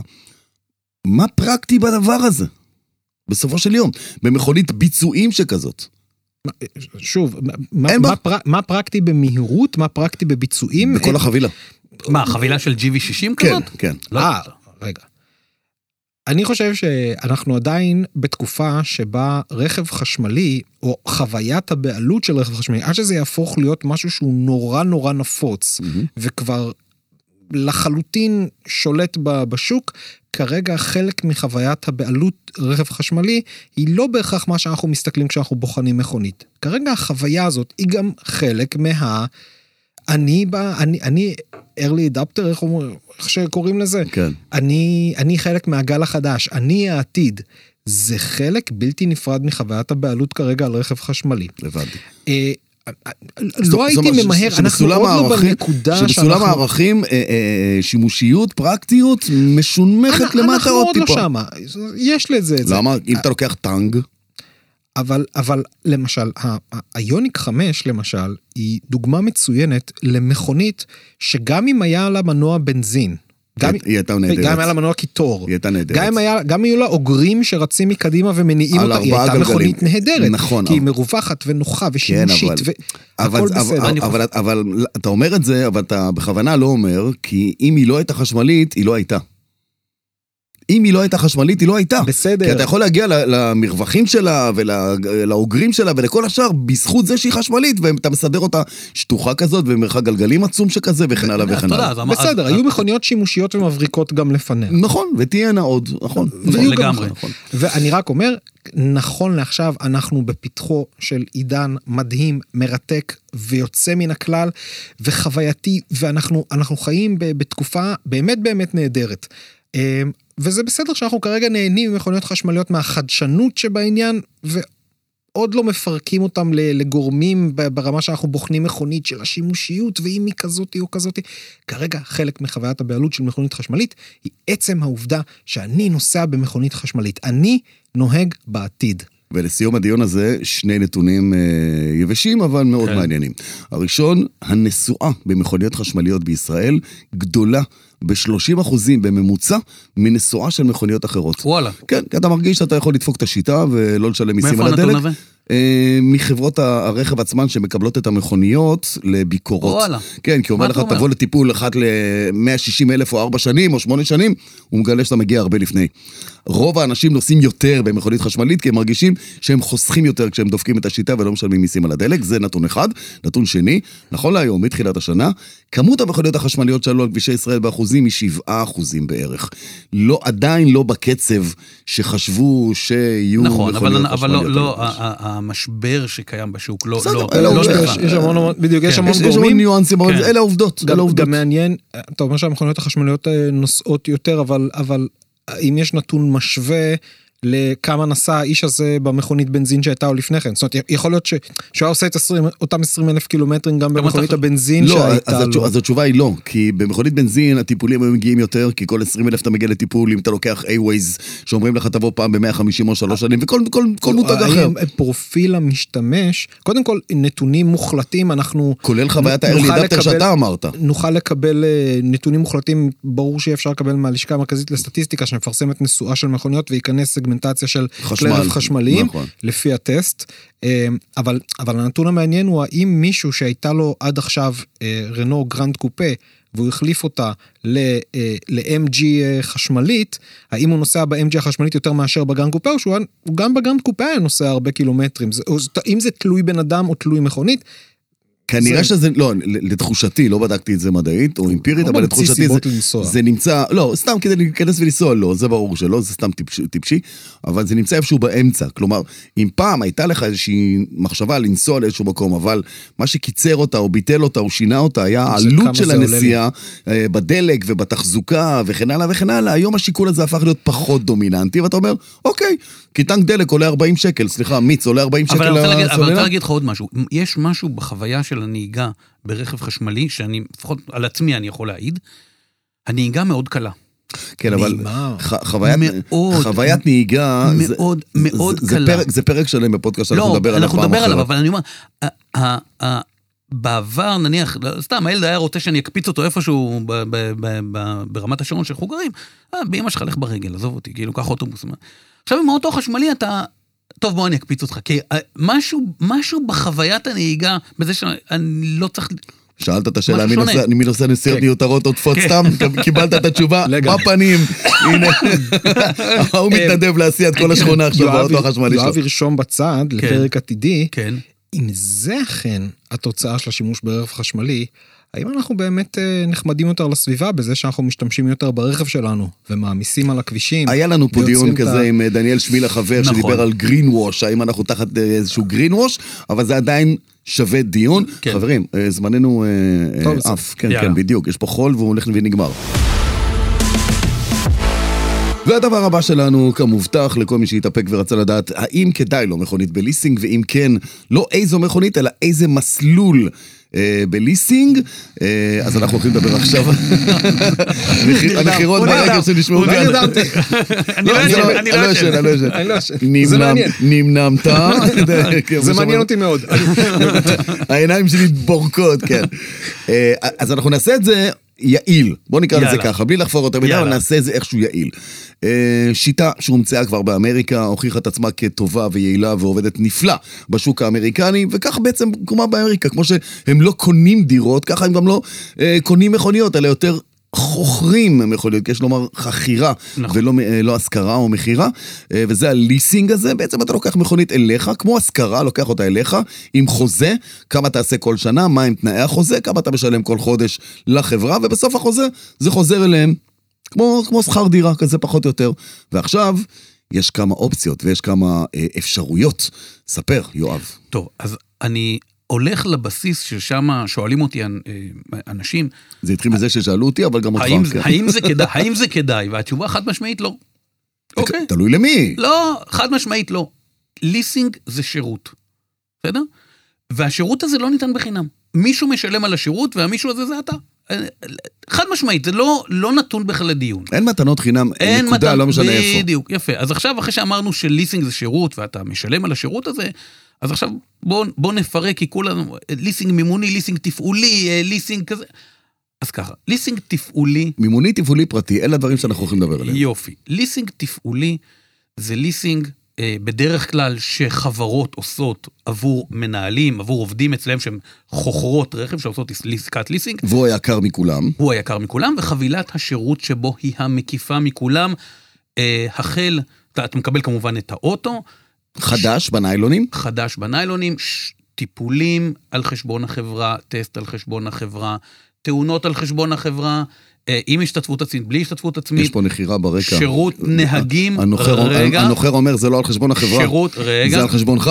מה פרקטי בדבר הזה? בסופו של יום, במכונית ביצועים שכזאת. שוב, מה, מה, פר, מה פרקטי במהירות, מה פרקטי בביצועים? בכל החבילה. מה, חבילה של ג'י וי שישים כן, כזאת? כן. אה, רגע. אני חושב שאנחנו עדיין בתקופה שבה רכב חשמלי, או חוויית הבעלות של רכב חשמלי, עד שזה יהפוך להיות משהו שהוא נורא נורא נפוץ, mm-hmm. וכבר לחלוטין שולט בשוק, כרגע חלק מחוויית הבעלות רכב חשמלי, היא לא בהכרח מה שאנחנו מסתכלים כשאנחנו בוחנים מכונית. כרגע החוויה הזאת היא גם חלק מה... אני בא, אני, אני early adapter, איך, אומר, איך שקוראים לזה? כן. אני, אני חלק מהגל החדש, אני העתיד. זה חלק בלתי נפרד מחוויית הבעלות כרגע על רכב חשמלי. הבנתי. אה, לא הייתי ממהר, אנחנו עוד לא בנקודה שאנחנו... שבסולם הערכים, שימושיות, פרקטיות, משונמכת למטה עוד טיפה. אנחנו עוד לא שמה, יש לזה את זה. למה? אם אתה לוקח טנג... אבל, אבל למשל, היוניק חמש למשל, היא דוגמה מצוינת למכונית, שגם אם היה לה מנוע בנזין, גם, היא הייתה נהדרת. גם היה לה מנוע קיטור. היא הייתה נהדרת. גם, היה, גם היו לה אוגרים שרצים מקדימה ומניעים אותה, היא הייתה גלגלים. מכונית נהדרת. נכון. כי היא מרווחת ונוחה ושימושית, כן, אבל, והכל אבל, בסדר. אבל, אבל, אבל אתה אומר את זה, אבל אתה בכוונה לא אומר, כי אם היא לא הייתה חשמלית, היא לא הייתה. אם היא לא הייתה חשמלית, היא לא הייתה. בסדר. כי אתה יכול להגיע למרווחים שלה, ולאוגרים שלה, ולכל השאר, בזכות זה שהיא חשמלית, ואתה מסדר אותה שטוחה כזאת, ומרחק גלגלים עצום שכזה, וכן הלאה וכן הלאה. בסדר, היו מכוניות שימושיות ומבריקות גם לפניה. נכון, ותהיינה עוד, נכון. לגמרי. ואני רק אומר, נכון לעכשיו, אנחנו בפתחו של עידן מדהים, מרתק, ויוצא מן הכלל, וחווייתי, ואנחנו חיים בתקופה באמת באמת נהדרת. וזה בסדר שאנחנו כרגע נהנים ממכוניות חשמליות מהחדשנות שבעניין, עוד לא מפרקים אותם לגורמים ברמה שאנחנו בוחנים מכונית של השימושיות, ואם היא כזאת או כזאת. כרגע חלק מחוויית הבעלות של מכונית חשמלית, היא עצם העובדה שאני נוסע במכונית חשמלית. אני נוהג בעתיד. ולסיום הדיון הזה, שני נתונים אה, יבשים, אבל מאוד כן. מעניינים. הראשון, הנסועה במכוניות חשמליות בישראל, גדולה ב-שלושים אחוזים בממוצע, מנסועה של מכוניות אחרות. וואלה. כן, כי אתה מרגיש שאתה יכול לדפוק את השיטה, ולא לשלם מיסים על הדלק. מאיפה הנתון הזה? מחברות הרכב עצמן שמקבלות את המכוניות לביקורות. וואלה. כן, כי הוא אומר לך, תבוא לטיפול אחת ל-מאה ושישים אלף או ארבע שנים או שמונה שנים, הוא מגלה שאתה מגיע הרבה לפני. רוב האנשים נוסעים יותר במכונית חשמלית, כי הם מרגישים שהם חוסכים יותר כשהם דופקים את השיטה ולא משלמים מיסים על הדלק. זה נתון אחד. נתון שני, נכון להיום, מתחילת השנה, כמות המכוניות החשמליות שעלו על כבישי ישראל באחוזים היא שבעה אחוזים בערך. לא, עדיין לא בקצב שחשבו שיהיו נכון, מכוניות אבל, חשמליות. אבל לא, לא, המשבר שקיים בשוק לא, בסדר, לא, אלה לא עובדות. שכח. יש המון, בדיוק, יש כן. המון יש, יש המון גורמים. ניואנסים, אבל כן. אלה עובדות. גם, אלה עובדות. גם מעניין, אתה אומר שהמכוניות החשמליות נוסעות יותר, אבל, אבל אם יש נתון משווה לכמה נסע האיש הזה במכונית בנזין שהייתה או לפני כן. זאת אומרת, יכול להיות ש... שהוא עושה את עשרים, אותם עשרים אלף קילומטרים גם במכונית הבנזין לא, שהייתה אז, לו. אז התשובה היא לא, כי במכונית בנזין הטיפולים היו מגיעים יותר, כי כל עשרים אלף אתה מגיע לטיפול, אם אתה לוקח A-Waze, שאומרים לך תבוא פעם ב-מאה וחמישים או שלוש שנים, וכל כל, כל מותג אחר. פרופיל המשתמש, קודם כל נתונים מוחלטים, אנחנו... כולל חוויית ה-early adapter שאתה אמרת. נוכל לקבל נתונים מוחלטים, ברור שיהיה אפשר לקבל מהלשכה המרכזית לסטטיסטיקה, שמפרסמת נסועה של מכוניות, וייכנס סגמנטציה של כלי רכב חשמליים, נכון. לפי הטסט, אבל, אבל הנתון המעניין הוא, האם מישהו שהייתה לו עד עכשיו רנו גרנד קופה, והוא החליף אותה ל-אם ג'י חשמלית, האם הוא נוסע ב-אם ג'י החשמלית יותר מאשר בגרנד קופה, או שהוא גם בגרנד קופה היה נוסע הרבה קילומטרים, זה, אם זה תלוי בן אדם או תלוי מכונית, כנראה שזה, לא, לתחושתי, לא בדקתי את זה מדעית או אמפירית, אבל לתחושתי זה, זה נמצא, לא, סתם כדי להיכנס ולנסוע, לא, זה ברור שלא, זה סתם טיפשי, טיפשי, אבל זה נמצא איפשהו באמצע, כלומר, אם פעם הייתה לך איזושהי מחשבה לנסוע לאיזשהו מקום, אבל מה שקיצר אותה או ביטל אותה או שינה אותה, היה העלות של הנסיעה בדלק ובתחזוקה וכן הלאה וכן הלאה, היום השיקול הזה הפך להיות פחות דומיננטי, ואתה אומר, אוקיי, כי טנק דלק עולה ארבעים שקל, סליחה, מיץ עולה ארבעים שקל. אבל אני רוצה להגיד לך עוד משהו, יש משהו בחוויה של הנהיגה ברכב חשמלי, שאני, לפחות על עצמי אני יכול להעיד, הנהיגה מאוד קלה. כן, אבל חוויית, חוויית נהיגה, מאוד, מאוד קלה. זה פרק שלם בפודקאסט, אנחנו נדבר עליו פעם אחרת. אנחנו נדבר עליו, אבל אני אומר, בעבר נניח, סתם, הילד היה רוצה שאני אקפיץ אותו איפשהו ברמת השרון של חוגרים, באמא שלך לך ברגל, עזוב אותי, כאילו, קח אוטובוס. עכשיו עם האוטו חשמלי אתה... טוב, בוא אני אקפיץ אותך, כי משהו, משהו בחוויית הנהיגה, בזה שאני לא צריך... שאלת את השאלה, מי נושא נסיעות מיותרות עוטפות סתם, קיבלת את התשובה, מה פנים? הנה, הוא מתנדב להסיע את כל השכונה עכשיו, באוטו החשמלי שלו. יואב ירשום בצד, לפרק עתידי, אם זה אכן התוצאה של השימוש ברכב חשמלי, האם אנחנו באמת נחמדים יותר לסביבה, בזה שאנחנו משתמשים יותר ברכב שלנו, ומעמיסים על הכבישים? היה לנו פה דיון כזה עם דניאל שמיל החבר, שדיבר על גרין ווש, האם אנחנו תחת איזשהו גרין ווש, אבל זה עדיין שווה דיון. חברים, זמננו אף, כן, כן, בדיוק, יש פה חול והוא הולך ונגמר. והדבר הבא שלנו כמובטח לכל מי שיתאפק ורצה לדעת האם כדאי לו מכונית בליסינג, ואם כן, לא איזו מכונית, אלא איזה מסלול בליסינג, אז אנחנו הולכים לדבר עכשיו. המחירות ברגע שנשמעו כאן. אני לא ישן, אני לא ישן. זה מעניין. נמנמת. זה מעניין אותי מאוד. העיניים שלי בורקות, כן. אז אנחנו נעשה את זה יעיל, בוא נקרא לזה ככה, בלי לחפור אותה מידה, אבל נעשה את זה איכשהו יעיל. שיטה שהומצאה כבר באמריקה, הוכיחה את עצמה כטובה ויעילה ועובדת נפלא בשוק האמריקני, וכך בעצם כמו באמריקה, כמו שהם לא קונים דירות, ככה הם גם לא קונים מכוניות, אלא יותר חוכרים מכוניות, כי יש לומר חכירה, ולא לא השכרה או מחירה, וזה הליסינג הזה, בעצם אתה לוקח מכונית אליך, כמו השכרה, לוקח אותה אליך, עם חוזה, כמה תעשה כל שנה, מה עם תנאי החוזה, כמה אתה משלם כל חודש לחברה, ובסוף החוזה זה חוזר אליהם, כמו, כמו שכר דירה, כזה פחות או יותר. ועכשיו יש כמה אופציות, ויש כמה אה, אפשרויות. ספר, יואב. טוב, אז אני הולך לבסיס ששם שואלים אותי אנשים. זה התחיל מזה ששאלו אותי, אבל גם אותך. האם, כן. האם זה כדאי? האם זה כדאי? והתשובה חד משמעית לא. אוקיי. תלוי למי. לא, חד משמעית לא. ליסינג זה שירות, בסדר? והשירות הזה לא ניתן בחינם. מישהו משלם על השירות, והמישהו הזה זה אתה. חד משמעית, זה לא, לא נתון בכלל לדיון. אין מתנות חינם, אין נקודה, מתן, לא משנה איפה. בדיוק, יפה. אז עכשיו, אחרי שאמרנו שליסינג זה שירות, ואתה משלם על השירות הזה, אז עכשיו בוא, בוא נפרק, כי כולנו, ליסינג מימוני, ליסינג תפעולי, ליסינג כזה. אז ככה, ליסינג תפעולי... מימוני תפעולי פרטי, אלה הדברים שאנחנו הולכים לדבר עליהם. יופי. ליסינג תפעולי זה ליסינג אה, בדרך כלל שחברות עושות עבור מנהלים, עבור עובדים אצלם שהם חוכרות רכב שעושות עסקת ליסינג. והוא היקר מכולם. הוא היקר מכולם, וחבילת השירות שבו היא המקיפה מכולם, אה, החל, אתה, אתה מקבל כמובן את האוטו. חדש ש... בניילונים? חדש בניילונים, ש... טיפולים על חשבון החברה, טסט על חשבון החברה, תאונות על חשבון החברה, עם השתתפות עצמית, בלי השתתפות עצמית. יש פה נחירה ברקע. שירות נהגים, רגע. הנוחר אומר, זה לא על חשבון החברה. שירות, רגע. זה על חשבונך,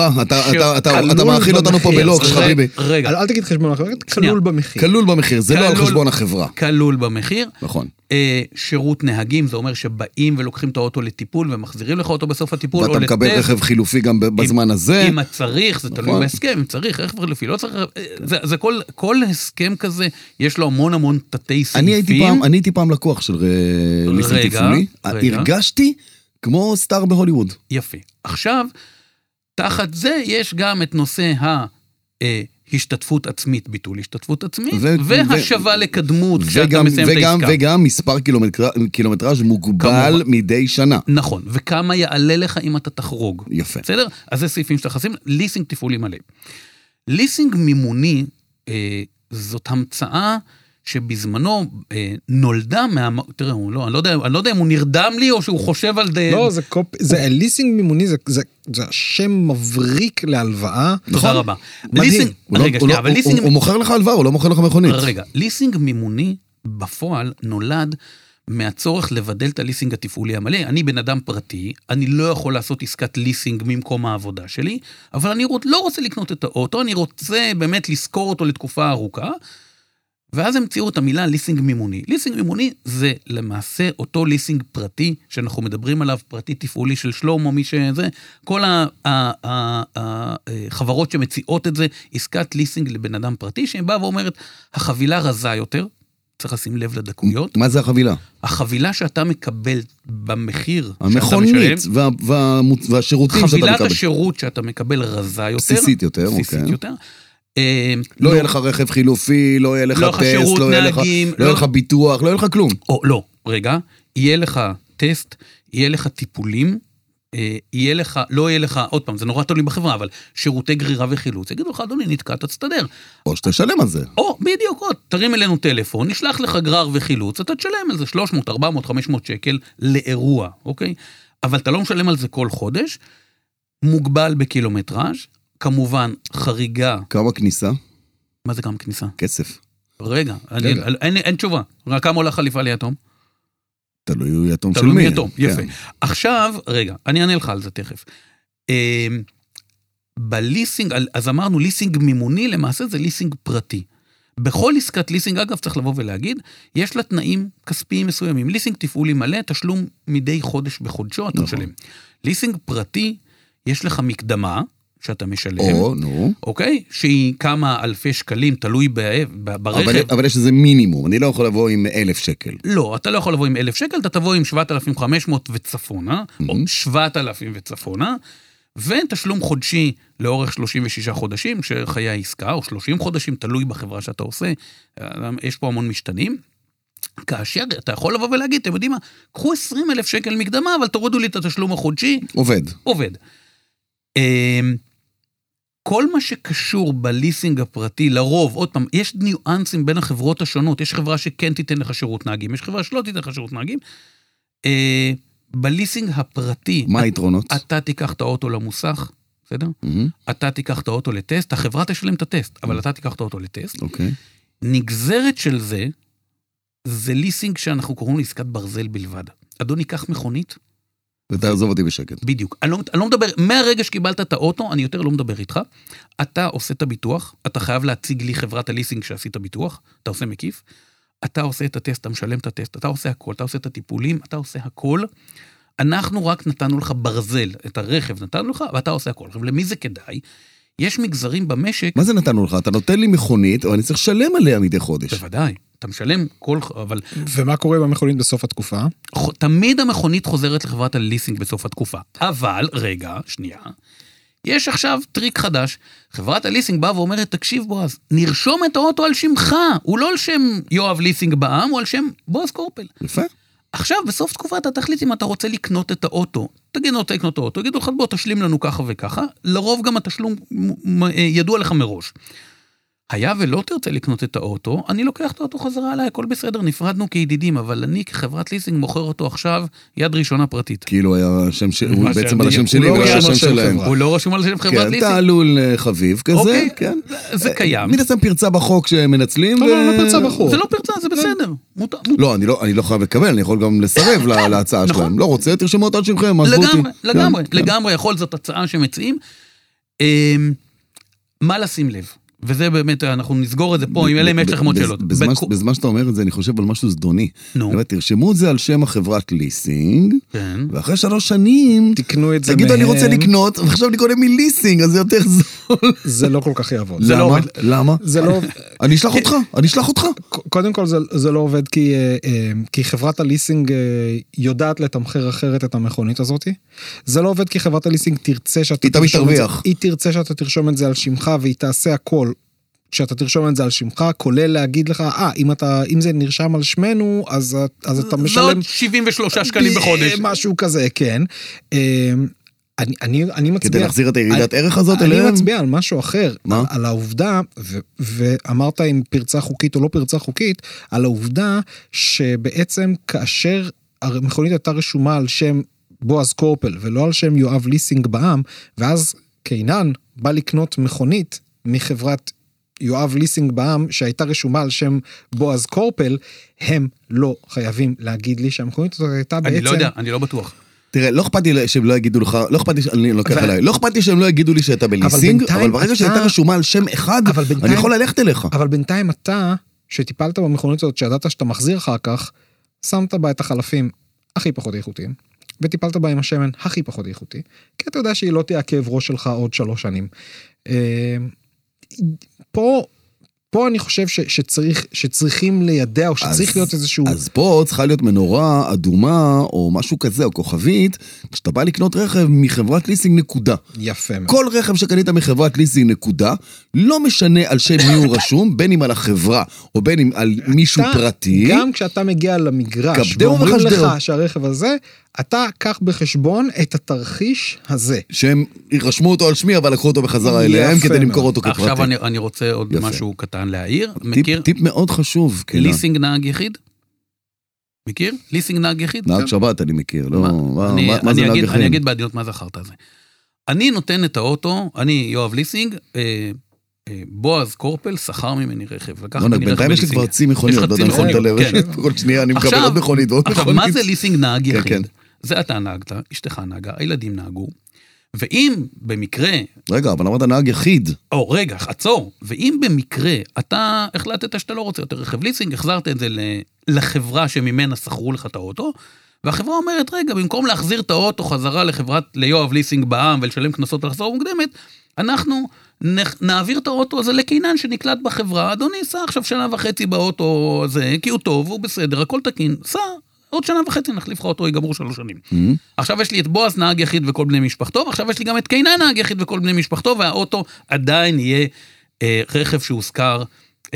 אתה מאכיל אותנו פה בלוקס, חביבי. רגע. אל תגיד חשבון החברה, כלול במחיר. כלול במחיר, זה לא על חשבון החברה. כלול במחיר. נכון. שירות נהגים, זה אומר שבאים ולוקחים את האוטו לטיפול, ומחזירים לך אותו בסוף הטיפול, ואתה מקבל רכב חילופי גם בזמן הזה. אם צריך, זה תלוי בהסכם, אם צריך, רכב חילופי, לא צריך, זה כל הסכם כזה, יש לו המון המון תתי סעיפים. אני הייתי פעם לקוח של ליסינג תפעולי, הרגשתי כמו סטאר בהוליווד. יפה. עכשיו, תחת זה יש גם את נושא ההשתתפות עצמית, ביטול השתתפות עצמית, והשווה לקדמות כשאתה מסיים את העסקה. וגם מספר קילומטראז' מוגבל מדי שנה. נכון, וכמה יעלה לך אם אתה תחרוג. יפה. בסדר? אז זה סעיפים שאתה חסים, ליסינג תפעולי מלא. ליסינג מימוני, זאת המצאה, שבזמנו אה, נולדה מה... תראה, לא, אני, לא יודע, אני לא יודע אם הוא נרדם לי או שהוא חושב על... די... לא, זה, קופ... זה ליסינג מימוני, זה, זה, זה שם מבריק להלוואה. תודה רבה. מדהים. ליסינג, הוא, רגע, לא, שנייה, הוא, אבל הוא, ליסינג... הוא, הוא מוכר לך הלוואה, הוא לא מוכר לך מכונית. רגע, ליסינג מימוני בפועל נולד מהצורך לבדל את הליסינג התפעולי המלא. אני בן אדם פרטי, אני לא יכול לעשות עסקת ליסינג ממקום העבודה שלי, אבל אני לא רוצה לקנות את האוטו, אני רוצה באמת לזכור אותו לתקופה ארוכה, ואז המציאו את המילה ליסינג מימוני. ליסינג מימוני זה למעשה אותו ליסינג פרטי, שאנחנו מדברים עליו, פרטי תפעולי של שלום או מי שזה, כל החברות שמציעות את זה, עסקת ליסינג לבן אדם פרטי, שהיא באה ואומרת, החבילה רזה יותר, צריך לשים לב לדקויות. מה זה החבילה? החבילה שאתה מקבל במחיר המכונית וה, וה, והשירותים שאתה מקבל. חבילת השירות שאתה מקבל רזה יותר. בסיסית יותר, בסיסית אוקיי. יותר. לא יהיה לך רכב חילופי, לא יהיה לך טסט, לא יהיה לך ביטוח, לא יהיה לך כלום. לא, רגע, יהיה לך טסט, יהיה לך טיפולים, יהיה לך, לא יהיה לך, עוד פעם, זה נורא תולים בחברה, אבל שירותי גרירה וחילוץ, יגידו לך, אדוני, נתקעת, תסתדר. או שתשלם על זה. או, בדיוק, עוד, תרים אלינו טלפון, נשלח לך גרר וחילוץ, אתה תשלם על זה שלוש מאות, ארבע מאות, חמש מאות שקל לאירוע, אוקיי? אבל אתה לא משלם על זה כל חודש, מוגבל בקילומטראז', כמובן, חריגה. כמה כניסה? מה זה כמה כניסה? כסף. רגע, אני, אין, אין תשובה. רק כמה עולה חליפה ליתום? תלוי יתום של מי. תלוי יתום, יפה. עכשיו, רגע, אני אענה לך על זה תכף. בליסינג, אז אמרנו, ליסינג מימוני, למעשה זה ליסינג פרטי. בכל עסקת ליסינג, אגב, צריך לבוא ולהגיד, יש לה תנאים כספיים מסוימים. ליסינג תפעולי מלא, תשלום מדי חודש בחודשו, אתה משלם. ליסינג פרטי, יש לך מקדמה, שאתה משלם, או, נו. אוקיי? שהיא כמה אלפי שקלים, תלוי ברכב. אבל, אבל יש איזה מינימום, אני לא יכול לבוא עם אלף שקל. לא, אתה לא יכול לבוא עם אלף שקל, אתה תבוא עם שבעת אלפים וחמש מאות וצפונה, mm-hmm. או שבעת אלפים וצפונה, ותשלום חודשי לאורך שלושים ושישה חודשים, שחיי העסקה, או שלושים חודשים, תלוי בחברה שאתה עושה, יש פה המון משתנים, כאשר אתה יכול לבוא ולהגיד, אתם יודעים מה, קחו עשרים אלף שקל מקדמה, אבל תורידו לי את התשלום החודשי. עובד. עובד. כל מה שקשור בליסינג הפרטי, לרוב, עוד פעם, יש ניואנסים בין החברות השונות, יש חברה שכן תיתן לך שירות נהגים, יש חברה שלא תיתן לך שירות נהגים, אה, בליסינג הפרטי, מה היתרונות? אתה תיקח את האוטו למוסך, בסדר? Mm-hmm. אתה תיקח את האוטו לטסט, החברה תשלם את הטסט, אבל mm-hmm. אתה תיקח את האוטו לטסט. אוקיי. Okay. נגזרת של זה, זה ליסינג שאנחנו קוראים לעסקת ברזל בלבד. אדוני, קח מכונית, ותעזוב אותי בשקט. בדיוק. אני לא, אני לא מדבר, מהרגע שקיבלת את האוטו, אני יותר לא מדבר איתך. אתה עושה את הביטוח, אתה חייב להציג לי חברת הליסינג שעשית ביטוח, אתה עושה מקיף, אתה עושה את הטסט, אתה משלם את הטסט, אתה עושה הכל, אתה עושה את הטיפולים, אתה עושה הכל, אנחנו רק נתנו לך ברזל, את הרכב נתנו לך, ואתה עושה הכל. עכשיו, למי זה כדאי? יש מגזרים במשק... מה זה נתנו לך? אתה נותן לי מכונית, אבל אני צריך לשלם עליה מדי חודש. בוודאי, אתה משלם כל... אבל... ומה קורה במכונית בסוף התקופה? תמיד המכונית חוזרת לחברת הליסינג בסוף התקופה. אבל, רגע, שנייה, יש עכשיו טריק חדש. חברת הליסינג באה ואומרת, תקשיב בועז, נרשום את האוטו על שמך. הוא לא על שם יואב ליסינג בעם, הוא על שם בועז קורפל. יפה. עכשיו, בסוף תקופה אתה תחליט אם אתה רוצה לקנות את האוטו. תגיד, אני רוצה לקנות את האוטו. תגידו לך, בוא, תשלים לנו ככה וככה. לרוב גם התשלום ידוע לך מראש. היה ולא תרצה לקנות את האוטו, אני לוקח את האוטו חזרה עליי, הכל בסדר, נפרדנו כידידים, אבל אני כחברת ליסינג מוכר אותו עכשיו יד ראשונה פרטית. כאילו היה שם ש... הוא בעצם על השם שלי, ולא על השם שלהם. הוא לא רשום על השם חברת ליסינג. כן, תעלול חביב כזה, כן. זה קיים. מי נעשה פרצה בחוק שמנצלים? לא, לא, לא פרצה בחוק. זה לא פרצה, זה בסדר. לא, אני לא חייב לקבל, אני יכול גם לסרב להצעה שלהם. לא רוצה, תרשמו אותה על שמכם, עזבו אותי. לגמרי, לגמרי, יכול זאת הצעה שמציעים. מה לשים לב? וזה באמת, אנחנו נסגור את זה פה, אם אלה יש לכם עוד שאלות. בזמן שאתה אומר את זה, אני חושב על משהו זדוני. נו. תרשמו את זה על שם החברת ליסינג, ואחרי שלוש שנים, תקנו את זה מהם. תגידו, אני רוצה לקנות, ועכשיו אני קונה מליסינג, אז זה יותר זול. זה לא כל כך יעבוד. למה? למה? זה לא... אני אשלח אותך, אני אשלח אותך. קודם כל, זה לא עובד, כי חברת הליסינג יודעת לתמחר אחרת את המכונית הזאת. זה לא עובד כי חברת הליסינג תרצה שאתה תרשום את זה. היא תרצה שאתה תרשום את זה על שמך, והיא תעשה הכל. כשאתה תרשום את זה על שמך, כולל להגיד לך, אה, אם אתה, אם זה נרשם על שמנו, אז, אז אתה משלם... ועוד שבעים ושלושה שקלים בחודש. משהו כזה, כן. אני, אני, אני מצביע... כדי להחזיר את הירידת ערך הזאת אני אליהם? אני מצביע על משהו אחר. מה? על העובדה, ו, ואמרת אם פרצה חוקית או לא פרצה חוקית, על העובדה שבעצם כאשר המכונית הייתה רשומה על שם בועז קורפל, ולא על שם יואב ליסינג בעם, ואז קיינן בא לקנות מכונית מחברת יואב ליסינג בעם, שהייתה רשומה על שם בועז קורפל, הם לא חייבים להגיד לי שהמכונית הזאת הייתה בעצם... אני לא יודע, אני לא בטוח. תראה, לא אכפת לי שהם לא יגידו לך, לא אכפת לי שאני לוקח עליי, לא אכפת לי שהם לא יגידו לי שהייתה בליסינג, אבל ברגע שהייתה רשומה על שם אחד, אני יכול ללכת אליך. אבל בינתיים אתה, שטיפלת במכונית הזאת, שידעת שאתה מחזיר אחר כך, שמת בה את החלפים הכי פחות איכותיים, וטיפלת בה עם השמן הכי פחות איכותי, כי אתה יודע שהיא לא תהיה הכאב ראש שלך עוד שלוש שנים. פה, פה אני חושב ש, שצריך, שצריכים לידע, או שצריך אז, להיות איזשהו... אז פה צריכה להיות מנורה אדומה, או משהו כזה, או כוכבית, כשאתה בא לקנות רכב מחברת ליסינג נקודה. יפה מאוד. כל רכב שקנית מחברת ליסינג נקודה, לא משנה על שם מי הוא רשום, בין אם על החברה, או בין אם על מישהו אתה, פרטי. גם כשאתה מגיע למגרש, ואומרים לך שהרכב הזה, אתה קח בחשבון את התרחיש הזה. שהם ירשמו אותו על שמי, אבל לקחו אותו בחזרה אליהם, כדי למכור אותו כפרטי. עכשיו אני, אני רוצה עוד יפה. משהו קטן להעיר. טיפ, מכיר? טיפ מאוד חשוב. ליסינג נהג יחיד? מכיר? ליסינג נהג יחיד? נהג שבת אני מכיר. לא, מה, מה, אני, מה, אני, מה זה אגיד, נהג יחיד? אני אגיד בעדינות מה זכרת הזה. אני נותן את האוטו, אני יואב ליסינג, אה, בועז קורפל שכר ממני רכב. לא, בינתיים יש לי כבר צי מכוניות, לא יודע נכון את הלב, כל שנייה אני מקבל עוד מכונית ועוד מכונית. עכשיו, מה זה ליסינג נהג יחיד? זה אתה נהגת, אשתך נהגה, הילדים נהגו, ואם במקרה... רגע, אבל אמרת נהג יחיד. או, רגע, עצור. ואם במקרה אתה החלטת שאתה לא רוצה יותר רכב ליסינג, החזרת את זה לחברה שממנה שכרו לך את האוטו, והחברה אומרת, רגע, במקום להחזיר את האוטו חזרה לחברת ליואב ליסינג בעם ולשלם כנסות לחזור מוקדמת, אנחנו נעביר את האוטו הזה לקיינן שנקלט בחברה, אדוני, סע עכשיו שנה וחצי באוטו הזה, כי הוא טוב, הוא בסדר, הכל תקין, סע, עוד שנה וחצי נחליף לך אותו, ייגמרו שלוש שנים. Mm-hmm. עכשיו יש לי את בועז נהג יחיד וכל בני משפחתו, ועכשיו יש לי גם את קיינן נהג יחיד וכל בני משפחתו, והאוטו עדיין יהיה אה, רכב שהוזכר אה,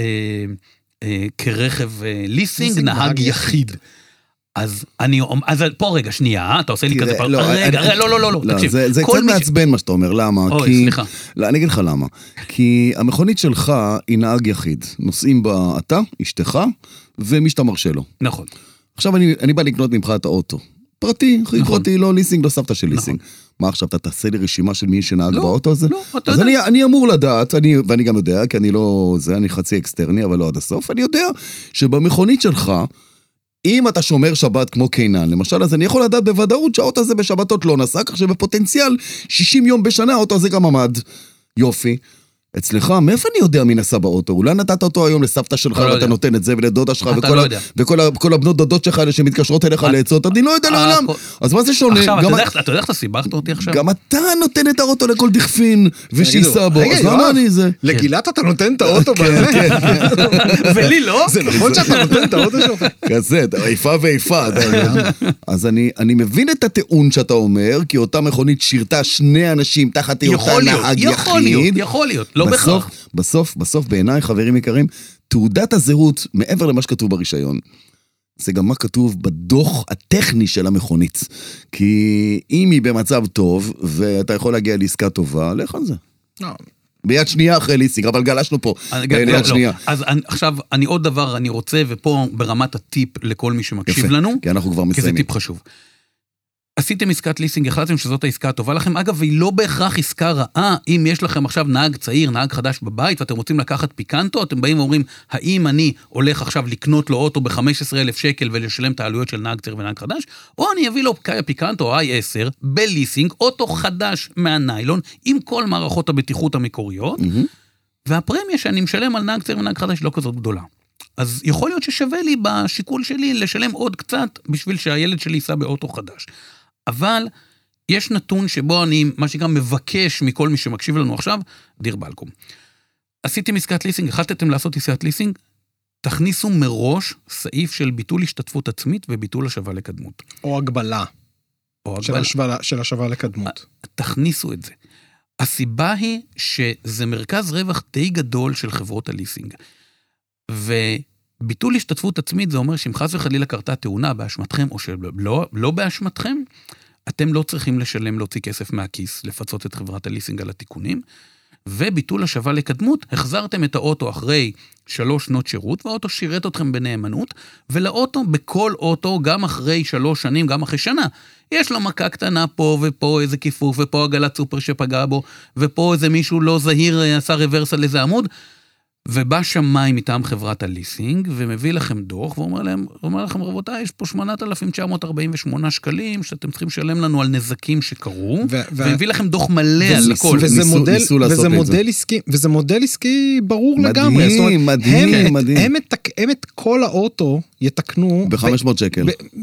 אה, כרכב אה, ליסינג, נהג, נהג יחיד. יחיד. אז אני, אז פה רגע, שנייה, אתה עושה לי כזה פעם, רגע, לא, לא, לא, לא, תקשיב. זה קצת מעצבן מה שאתה אומר, למה? אוי, סליחה. לא, אני אגיד לך למה. כי המכונית שלך היא נהג יחיד. נוסעים בה אתה, אשתך, ומי שאתה מרשה לו. נכון. עכשיו אני, אני בא לקנות ממך את האוטו. פרטי, נכון. פרטי, לא ליסינג, לא סבתא של ליסינג. נכון. מה עכשיו, אתה תעשה לי רשימה של מי שנהג לא, באוטו הזה? לא, אתה אז יודע. אני, אני אמור לדעת, אני, ואני גם יודע, כי אני לא, זה, אני חצי אקסטרני, אבל לא עד הסוף, אני יודע שבמכונית שלך, אם אתה שומר שבת כמו קיינן, למשל, אז אני יכול לדעת בוודאות שהאוטו הזה בשבתות לא נסע, כך שבפוטנציאל שישים יום בשנה, האוטו הזה גם עמד. יופי. אצלך, מאיפה אני יודע מי נסע באוטו? אולי נתת אותו היום לסבתא שלך, ואתה נותן את זה ולדודה שלך, וכל הבנות דודות שלך שמתקשרות אליך לעצות, אני לא יודע לעולם. אז מה זה שונה? עכשיו, אתה יודע איך אתה סיבכת אותי עכשיו? גם אתה נותן את האוטו לכל דכפין, ושיסע בו, אז למה אני זה? לגילת אתה נותן את האוטו באמת? ולי לא? זה נכון שאתה נותן את האוטו שלך? כזה, איפה ואיפה. אז אני מבין את הטיעון שאתה אומר, כי אותה מכונית שירתה שני אנשים תחת אותה נהג יחיד. יכול להיות, יכול להיות, לא בכך. בסוף, בסוף, בעיניי, חברים יקרים, תעודת הזהות, מעבר למה שכתוב ברישיון, זה גם מה כתוב בדוח הטכני של המכונית. כי אם היא במצב טוב, ואתה יכול להגיע לעסקה טובה, לך על זה. לא. ביד שנייה אחרי ליסינג, אבל גלשנו פה ביד שנייה. אז עכשיו, אני עוד דבר, אני רוצה, ופה ברמת הטיפ לכל מי שמקשיב לנו, כי אנחנו כבר מסיימים. כי זה טיפ חשוב. עשיתם עסקת ליסינג, החלטתם שזאת העסקה הטובה לכם, אגב, היא לא בהכרח עסקה רעה, אם יש לכם עכשיו נהג צעיר, נהג חדש בבית, ואתם רוצים לקחת פיקנטו, אתם באים ואומרים, האם אני הולך עכשיו לקנות לו אוטו ב-חמישה עשר אלף שקל ולשלם את העלויות של נהג צעיר ונהג חדש, או אני אביא לו פיקנטו איי עשר בליסינג, אוטו חדש מהניילון, עם כל מערכות הבטיחות המקוריות, והפרמיה שאני משלם על נהג צעיר ונהג חדש לא כזאת גדולה. אז יכול להיות ששווה לי בשיקול שלי לשלם עוד קצת בשביל שהילד שלי ייסע באוטו חדש. אבל יש נתון שבו אני, מה שגם מבקש מכל מי שמקשיב לנו עכשיו, דיר בלקום. עשיתם עסקת ליסינג, החלטתם לעשות עסקת ליסינג, תכניסו מראש סעיף של ביטול השתתפות עצמית וביטול השוואה לקדמות. או הגבלה. או של, השוואה, של השוואה לקדמות. תכניסו את זה. הסיבה היא שזה מרכז רווח די גדול של חברות הליסינג. וביטול השתתפות עצמית זה אומר שאם חס וחלילה קרתה תאונה באשמתכם או שלא לא באשמתכם, אתם לא צריכים לשלם להוציא כסף מהכיס, לפצות את חברת הליסינג על התיקונים, וביטול השוואה לקדמות, החזרתם את האוטו אחרי שלוש שנות שירות, והאוטו שירת אתכם בנאמנות, ולאוטו, בכל אוטו, גם אחרי שלוש שנים, גם אחרי שנה, יש לו מכה קטנה פה ופה איזה כיפוף, ופה עגלת סופר שפגע בו, ופה איזה מישהו לא זהיר עשה רוורס על איזה עמוד, ובא שמאי מטעם חברת הליסינג, ומביא לכם דוח, ואומר להם, אומר לכם, רבותיי, יש פה שמונת אלפים תשע מאות ארבעים ושמונה שקלים, שאתם צריכים לשלם לנו על נזקים שקרו, ומביא לכם דוח מלא על הכל. וזה מודל עסקי, וזה מודל עסקי ברור לגמרי. מדהים, מדהים, מדהים. הם את כל האוטו יתקנו... ב-חמש מאות שקל.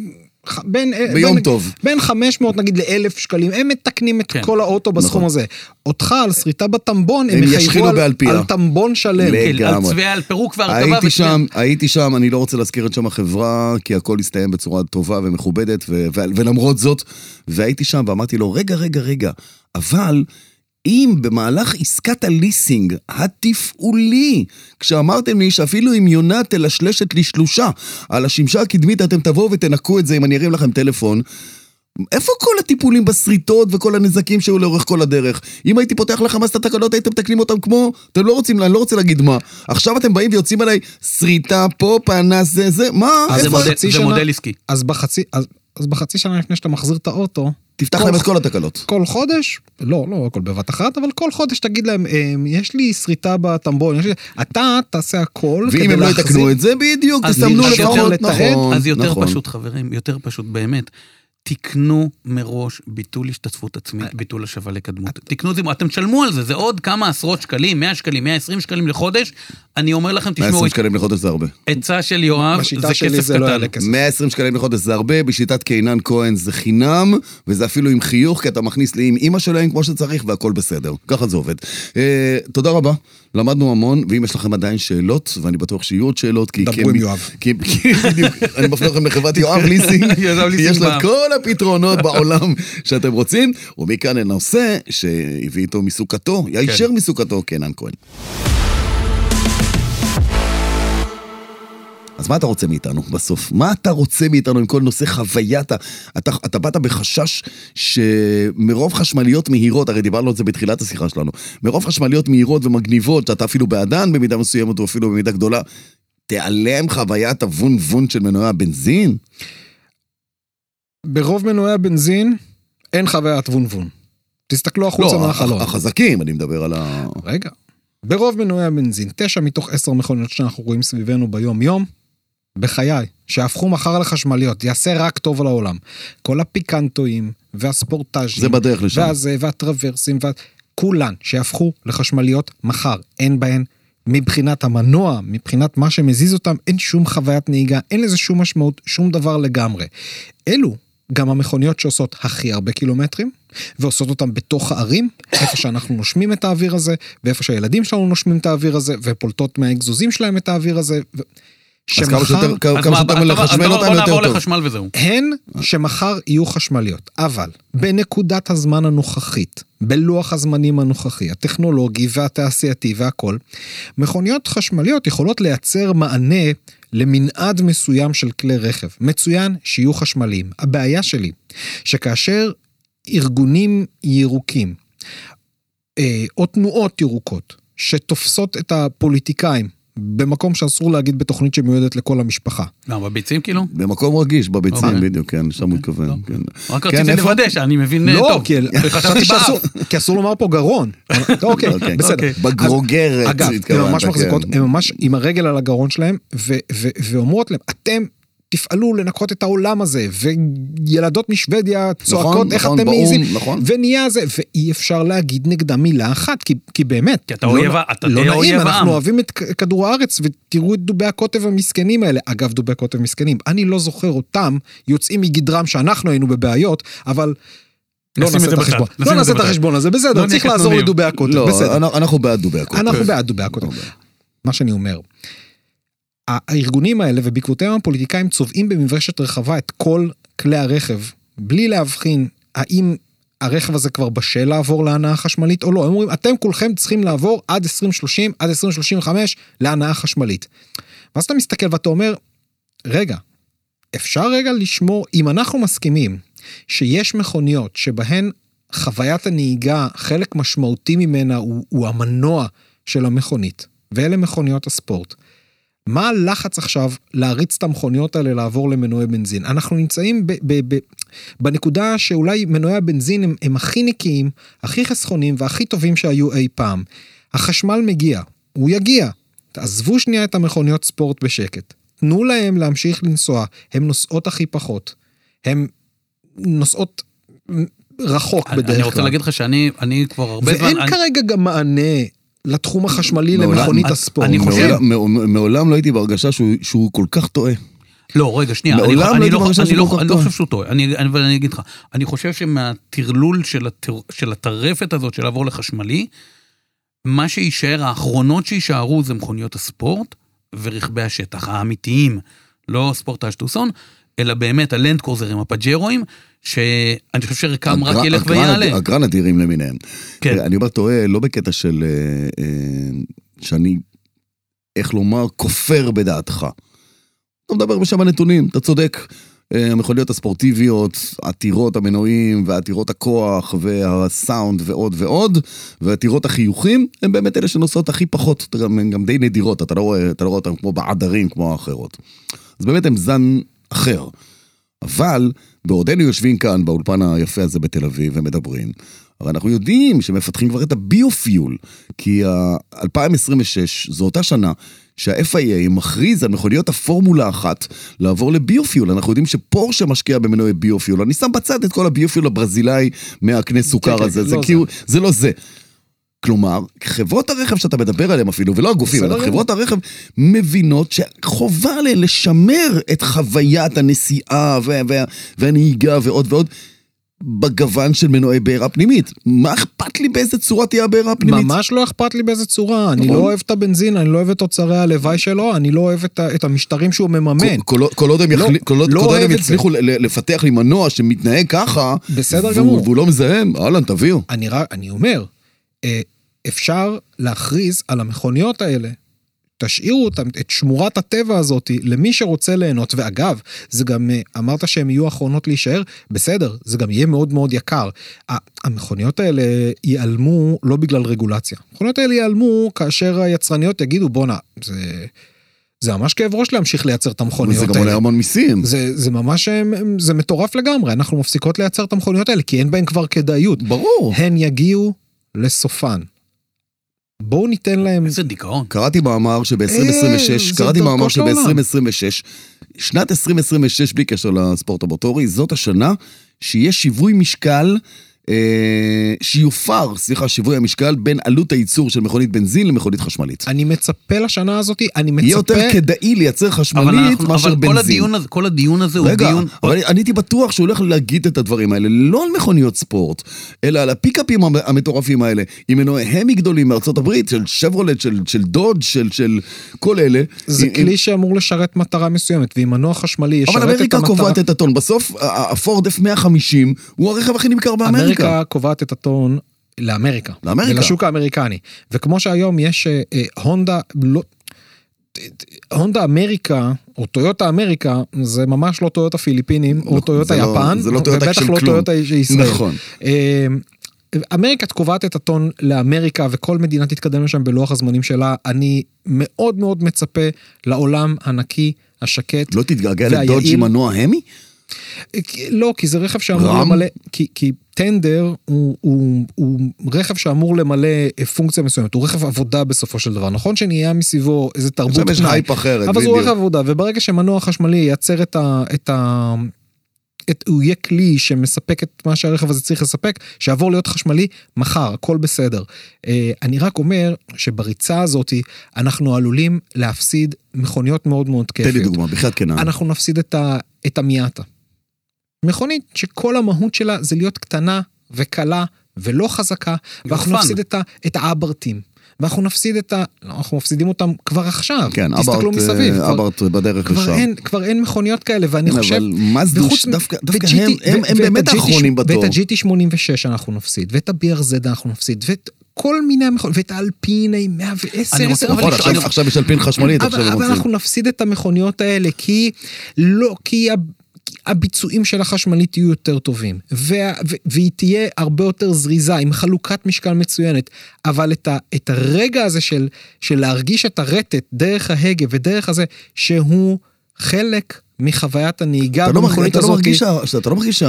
בין, ביום בין, טוב. בין חמש מאות נגיד לאלף שקלים, הם מתקנים את כן. כל האוטו בסכום נכון. הזה. אותך על שריטה בטמבון, הם, הם יחייבו על, על טמבון שלם. לגמרי. על צבע, על פירוק והרכבה. הייתי שם, הייתי שם, אני לא רוצה להזכיר את שם החברה, כי הכל הסתיים בצורה טובה ומכובדת, ו- ו- ולמרות זאת, והייתי שם ואמרתי לו, רגע, רגע, רגע, אבל... אם במהלך עסקת הליסינג התפעולי, כשאמרתם לי שאפילו אם יונה תלשלשת לי שלושה על השמשה הקדמית, אתם תבואו ותנקו את זה אם אני ארים לכם טלפון, איפה כל הטיפולים בסריטות וכל הנזקים שהיו לאורך כל הדרך? אם הייתי פותח לכם אז את התקלות, הייתם תקנים אותם כמו, אתם לא רוצים, אני לא רוצה להגיד מה. עכשיו אתם באים ויוצאים עליי סריטה פה, פנס, זה, זה, מה? זה מודל, זה מודל עסקי. אז בחצי, אז, אז בחצי שנה לפני שאתה מחזיר את האוטו, תפתח להם את כל התקלות. כל חודש, לא, לא הכל בבת אחת, אבל כל חודש תגיד להם, יש לי שריטה בטמבון, אתה תעשה הכל, ואם הם לא יתקנו את זה, בדיוק, תסמנו לפחות, נכון. אז יותר פשוט, חברים, יותר פשוט באמת. תקנו מראש ביטול השתתפות עצמית, ביטול השוואה לקדמות. תקנו את זה, אתם תשלמו על זה, זה עוד כמה עשרות שקלים, מאה שקלים, מאה ועשרים שקלים לחודש, אני אומר לכם, תשמעו... מאה ועשרים שקלים לחודש זה הרבה. עצה של יואב, זה כסף קטן. מאה ועשרים שקלים לחודש זה הרבה, בשיטת קינן כהן זה חינם, וזה אפילו עם חיוך, כי אתה מכניס לי עם אמא שלהם כמו שצריך, והכל בסדר. ככה זה עובד. תודה רבה, למדנו המון, ואם יש לכם עדיין שאלות, ואני בטוח שיהיו עוד שאלות, דברו עם יואב. אני מפנה לכם לחברת יואב ליסינג, יש לה כל הפתרונות בעולם שאתם רוצים, ומכאן הנושא שהביא איתו מסוכתו, ישר מסוכתו, קינן כהן. אז מה אתה רוצה מאיתנו בסוף? מה אתה רוצה מאיתנו עם כל נושא חוויית? אתה, אתה באת בחשש שמרוב חשמליות מהירות, הרי דיברנו על זה בתחילת השיחה שלנו, מרוב חשמליות מהירות ומגניבות, שאתה אפילו בעדן במידה מסוימת או אפילו במידה גדולה, תיעלם חוויית הוון וון של מנועי הבנזין? ברוב מנועי הבנזין אין חוויית וון וון. תסתכלו החוצה מהחלון. לא, החזקים, אני מדבר על ה... רגע. ברוב מנועי הבנזין, תשע מתוך עשר מכוניות שאנחנו רואים סביבנו ביום יום, בחיי, שהפכו מחר לחשמליות, יעשה רק טוב לעולם. כל הפיקנטואים והספורטאז'ים, זה בדרך לשם. והזה, והטרוורסים, וה... כולן שיהפכו לחשמליות מחר, אין בהן מבחינת המנוע, מבחינת מה שמזיז אותם, אין שום חוויית נהיגה, אין לזה שום משמעות, שום דבר לגמרי. אלו גם המכוניות שעושות הכי הרבה קילומטרים, ועושות אותם בתוך הערים, איפה שאנחנו נושמים את האוויר הזה, ואיפה שהילדים שלנו נושמים את האוויר הזה, ופולטות מהאגזוזים שלהם את האוויר הזה, אז כמה שיותר, כמה שיותר לחשמל אותם יותר טוב. לחשמל וזהו. הן שמחר יהיו חשמליות, אבל בנקודת הזמן הנוכחית, בלוח הזמנים הנוכחי, הטכנולוגי והתעשייתי והכל, מכוניות חשמליות יכולות לייצר מענה למנעד מסוים של כלי רכב. מצוין שיהיו חשמליים. הבעיה שלי, שכאשר ארגונים ירוקים, או תנועות ירוקות, שתופסות את הפוליטיקאים, במקום שאסור להגיד בתוכנית שמיועדת לכל המשפחה. לא, בביצים כאילו? במקום רגיש, בביצים בדיוק, כן, שם הוא התכוון. רק רציתי לוודא שאני מבין טוב. לא, כי אסור לומר פה גרון. אוקיי, בסדר. בגרוגרת. אגב, הן ממש מחזיקות, הן ממש עם הרגל על הגרון שלהם, ואומרות להם, אתם תפעלו לנקות את העולם הזה, וילדות משוודיה צועקות איך אתם מעיזים, ונהיה זה, ואי אפשר להגיד נגדה מילה אחת, כי באמת, לא נעים, אנחנו אוהבים את כדור הארץ, ותראו את דובי הקוטב המסכנים האלה, אגב דובי הקוטב מסכנים, אני לא זוכר אותם, יוצאים מגדרם שאנחנו היינו בבעיות, אבל לא נעשה את החשבון, לא נעשה את החשבון הזה, בסדר, צריך לעזור לדובי הקוטב, בסדר. אנחנו בעד דובי הקוטב. אנחנו בעד דובי הקוטב. מה שאני אומר, הארגונים האלה ובעקבותיהם הפוליטיקאים צובעים במברשת רחבה את כל כלי הרכב, בלי להבחין האם הרכב הזה כבר בשל לעבור להנעה חשמלית או לא. הם אומרים, אתם כולכם צריכים לעבור עד עשרים שלושים, עד עשרים שלושים וחמש להנעה חשמלית. ואז אתה מסתכל ואתה אומר, רגע, אפשר רגע לשמור, אם אנחנו מסכימים שיש מכוניות שבהן חוויית הנהיגה, חלק משמעותי ממנה הוא, הוא המנוע של המכונית, ואלה מכוניות הספורט. מה הלחץ עכשיו להריץ את המכוניות האלה לעבור למנועי בנזין? אנחנו נמצאים ב- ב- ב- בנקודה שאולי מנועי הבנזין הם, הם הכי נקיים, הכי חסכונים והכי טובים שהיו אי פעם. החשמל מגיע, הוא יגיע. תעזבו שנייה את המכוניות ספורט בשקט. תנו להם להמשיך לנסוע, הם נוסעות הכי פחות. הם נוסעות רחוק בדרך כלל. אני רוצה להגיד לך שאני אני כבר הרבה זמן... ואין אני... כרגע גם מענה... לתחום החשמלי למכונית הספורט. מעולם לא הייתי בהרגשה שהוא כל כך טועה. לא, רגע, שנייה. מעולם לא הייתי בהרגשה שהוא כל כך טועה. אני לא חושב שהוא טועה, אבל אני אגיד לך, אני חושב שמהתרלול של הטרפת הזאת של לעבור לחשמלי, מה שישאר, האחרונות שישארו זה מכוניות הספורט ורכבי השטח, האמיתיים, לא ספורט האשטוסון, אלא באמת הלנד קרוזרים, הפג'רואים, שאני חושב שרקם רק ילך ויעלה. הגרן אדירים למיניהם. אני אומר, טועה, לא בקטע של, שאני, איך לומר, כופר בדעתך. אתה מדבר בשם הנתונים, אתה צודק. המכוניות הספורטיביות, עתירות המנועים, ועתירות הכוח, והסאונד ועוד ועוד, ועתירות החיוכים, הם באמת אלה שנוסעות הכי פחות, הן גם די נדירות, אתה לא רואה, אתה לא רואה אותם כמו בעדרים, כמו האחרות. אז באמת הם זן אחר. אבל בעודנו יושבים כאן באולפן היפה הזה בתל אביב ומדברים, אבל אנחנו יודעים שמפתחים כבר את הביופיול, כי ה-אלפיים עשרים ושש זו אותה שנה שה-אף איי איי מכריז על מכוניות הפורמולה אחת לעבור לביופיול. אנחנו יודעים שפורשה משקיע במנועי ביופיול, אני שם בצד את כל הביופיול הברזילאי מהקנה סוכר הזה, זה כאילו, זה לא זה. כלומר, חברות הרכב שאתה מדבר עליהן אפילו, ולא הגופים, אלא חברות הרכב מבינות שחובה עליהן לשמר את חוויית הנסיעה והנהיגה ועוד ועוד, בגוון של מנועי בעירה פנימית. מה אכפת לי באיזה צורה תהיה הבעירה הפנימית? ממש לא אכפת לי באיזה צורה. אני לא אוהב את הבנזין, אני לא אוהב את תוצרי הלוואי שלו, אני לא אוהב את המשטרים שהוא מממן. כל עוד הם יצליחו לפתח לי מנוע שמתנהג ככה, והוא לא מזהם, אהלן, תביאו. אני אומר, אפשר להכריז על המכוניות האלה, תשאירו אותם, את שמורת הטבע הזאת, למי שרוצה ליהנות, ואגב, זה גם, אמרת שהן יהיו האחרונות להישאר, בסדר, זה גם יהיה מאוד מאוד יקר. המכוניות האלה ייעלמו לא בגלל רגולציה. המכוניות האלה ייעלמו כאשר היצרניות יגידו, בונה, זה... זה ממש כאב ראש להמשיך לייצר את המכוניות האלה. וזה גם עולה המון מיסים. זה, זה ממש, זה מטורף לגמרי, אנחנו מפסיקות לייצר את המכוניות האלה, כי אין בהן כבר כדאיות. ברור. הן יגיעו לסופן. בואו ניתן להם... איזה דיכאון. קראתי מאמר שב-עשרים עשרים ושש, קראתי מאמר שב-עשרים עשרים ושש, שנת עשרים עשרים ושש בלי קשר לספורט המוטורי, זאת השנה שיש שיווי משקל שיופר, סליחה, שיווי המשקל בין עלות הייצור של מכונית בנזין למכונית חשמלית. אני מצפה לשנה הזאת, אני מצפה... יהיה יותר כדאי לייצר חשמלית מאשר בנזין. אבל כל הדיון הזה הוא דיון... רגע, אבל אני הייתי בטוח שהוא הולך להגיד את הדברים האלה, לא על מכוניות ספורט, אלא על הפיקאפים המטורפים האלה, עם מנועיהם גדולים מארצות הברית, של שברולט, של דודג', של כל אלה. זה כלי שאמור לשרת מטרה מסוימת, ועם מנוע חשמלי ישרת את המטרה... אבל אמריקה קובעת את הטון. בסוף, הפורד אף מאה וחמישים הוא הרכב הכי נמכר באמריקה. אמריקה קובעת את הטון לאמריקה. לאמריקה. ולשוק האמריקני. וכמו שהיום יש הונדה, לא... הונדה אמריקה, או טויוטה אמריקה, זה ממש לא טויוטה פיליפינים, או טויוטה יפן, ובטח לא טויוטה ישראל. נכון. אמריקה קובעת את הטון לאמריקה, וכל מדינה תתקדם לשם בלוח הזמנים שלה. אני מאוד מאוד מצפה לעולם הנקי, השקט. לא תתגעגע לדודג' עם מנוע המי? לא, כי זה רכב שאמור למלא, כי, כי טנדר הוא, הוא, הוא רכב שאמור למלא פונקציה מסוימת, הוא רכב עבודה בסופו של דבר, נכון שנהיה מסביבו איזה תרבות פנאי, אבל זה רכב עבודה, וברגע שמנוע חשמלי ייצר את ה... את ה את, הוא יהיה כלי שמספק את מה שהרכב הזה צריך לספק, שיעבור להיות חשמלי מחר, הכל בסדר. אני רק אומר שבריצה הזאת אנחנו עלולים להפסיד מכוניות מאוד מאוד כיפיות. תן לי דוגמה, בכלל כן. אנחנו נפסיד את, ה, את המיאטה. מכונית שכל המהות שלה זה להיות קטנה וקלה ולא חזקה, ואנחנו נפסיד את, ה, את האברטים. ואנחנו נפסיד את ה... אנחנו מפסידים אותם כבר עכשיו. כן, תסתכלו אברט, מסביב. אברט כבר, בדרך כבר לשם. אין, כבר אין מכוניות כאלה, ואני כן, חושב... אבל מזדוש, דווקא, דווקא הם, הם, הם באמת האחרונים בתור. ואת ה-ג'י טי שמונים ושש אנחנו נפסיד, ואת ה-בי אר זד אנחנו נפסיד, ואת כל מיני המכוניות, ואת האלפין מאה ועשר. עכשיו יש אלפין חשמלית. אבל אנחנו נפסיד את המכוניות האלה, כי לא, כי... הביצועים של החשמלית יהיו יותר טובים, וה, ו, והיא תהיה הרבה יותר זריזה, עם חלוקת משקל מצוינת, אבל את, ה, את הרגע הזה של, של להרגיש את הרטט, דרך ההגה ודרך הזה, שהוא חלק מחוויית הנהיגה במכונית הזאת. אתה לא מרגיש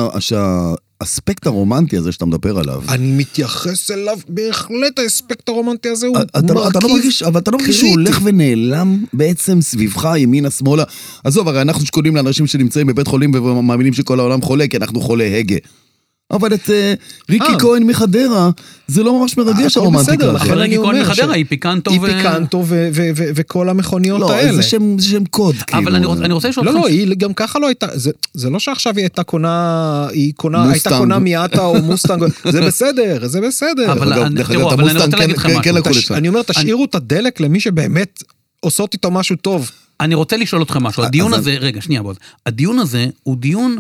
שהאספקט הרומנטי הזה שאתה מדבר עליו. אני מתייחס אליו, בהחלט האספקט הרומנטי הזה הוא מרכיב. אבל אתה לא מרגיש שהוא הולך ונעלם בעצם סביבך, ימינה, שמאלה. עזוב, הרי אנחנו שקונים לאנשים שנמצאים בבית חולים ומאמינים שכל העולם חולה, כי אנחנו חולי הגה. אבל את ריקי כהן מחדרה, זה לא ממש מרגש הרומנטיקה. אבל ריקי כהן מחדרה היא פיקנטו היא פיקנטו וכל המכוניות האלה. לא, זה שם קוד. אבל אני רוצה לשאול... לא, לא, היא גם ככה לא הייתה, זה לא שעכשיו היא הייתה קונה, היא הייתה קונה מיאטה או מוסטנג, זה בסדר, זה בסדר. אבל תראו, אבל אני רוצה להגיד לכם משהו. אני אומר, תשאירו את הדלק למי שבאמת עושות איתו משהו טוב. אני רוצה לשאול אתכם משהו. הדיון הזה, רגע, שנייה, בוא. הדיון הזה הוא דיון...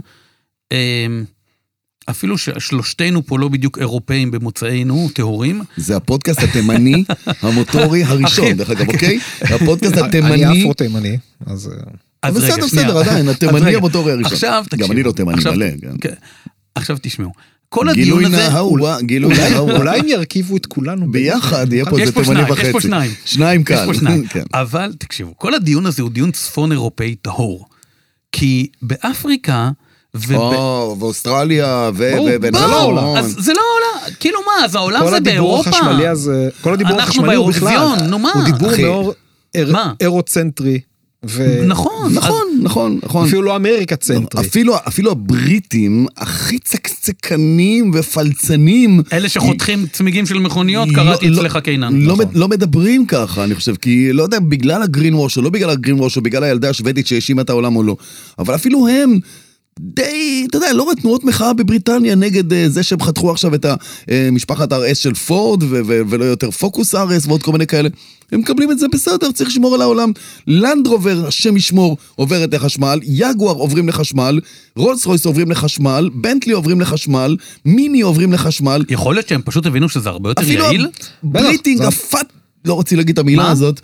אפילו ששלושתנו פה לא בדיוק אירופאים במוצאינו, טהורים. זה הפודקאסט התימני המוטורי הראשון, דרך אגב, אוקיי? הפודקאסט התימני... אני אפרו תימני, אז... אז בסדר, בסדר, עדיין, התימני המוטורי הראשון. עכשיו, תקשיבו. גם אני לא תימני מלא, כן. עכשיו תשמעו. כל הדיון הזה... גילוי נהאווה. אולי הם ירכיבו את כולנו. ביחד, יהיה פה איזה תימני וחצי. יש פה שניים. שניים כאן. אבל תקשיבו, כל הדיון הזה הוא דיון צפון אירופאי טהור. כי באפריקה... או, ואוסטרליה, ו... זה לא עולה. אז זה לא עולה. כאילו מה, אז העולם זה באירופה. כל הדיבור החשמלי הוא בכלל. נו מה? הוא דיבור מאוד אירוצנטרי. נכון, נכון, נכון, נכון. אפילו לא אמריקה צנטרי. אפילו הבריטים הכי צקצקנים ופלצנים. אלה שחותכים צמיגים של מכוניות, קראתי אצלך קינן. לא מדברים ככה, אני חושב, כי לא יודע, בגלל הגרין ווש, או לא בגלל הגרין ווש, או בגלל הילדה השוודית שהאשימה את העולם או לא. אבל אפילו הם... די, אתה יודע, לא רואה תנועות מחאה בבריטניה נגד זה שהם חתכו עכשיו את המשפחת אר אס של פורד ולא יותר פוקוס אר אס ועוד כל מיני כאלה. הם מקבלים את זה בסדר, צריך לשמור על העולם. לנד רובר, השם ישמור, עוברת לחשמל, יגואר עוברים לחשמל, רולס רויס עוברים לחשמל, בנטלי עוברים לחשמל, מיני עוברים לחשמל. יכול להיות שהם פשוט הבינו שזה הרבה יותר יעיל? בריטינג, הפת... לא רוצים להגיד את המילה הזאת,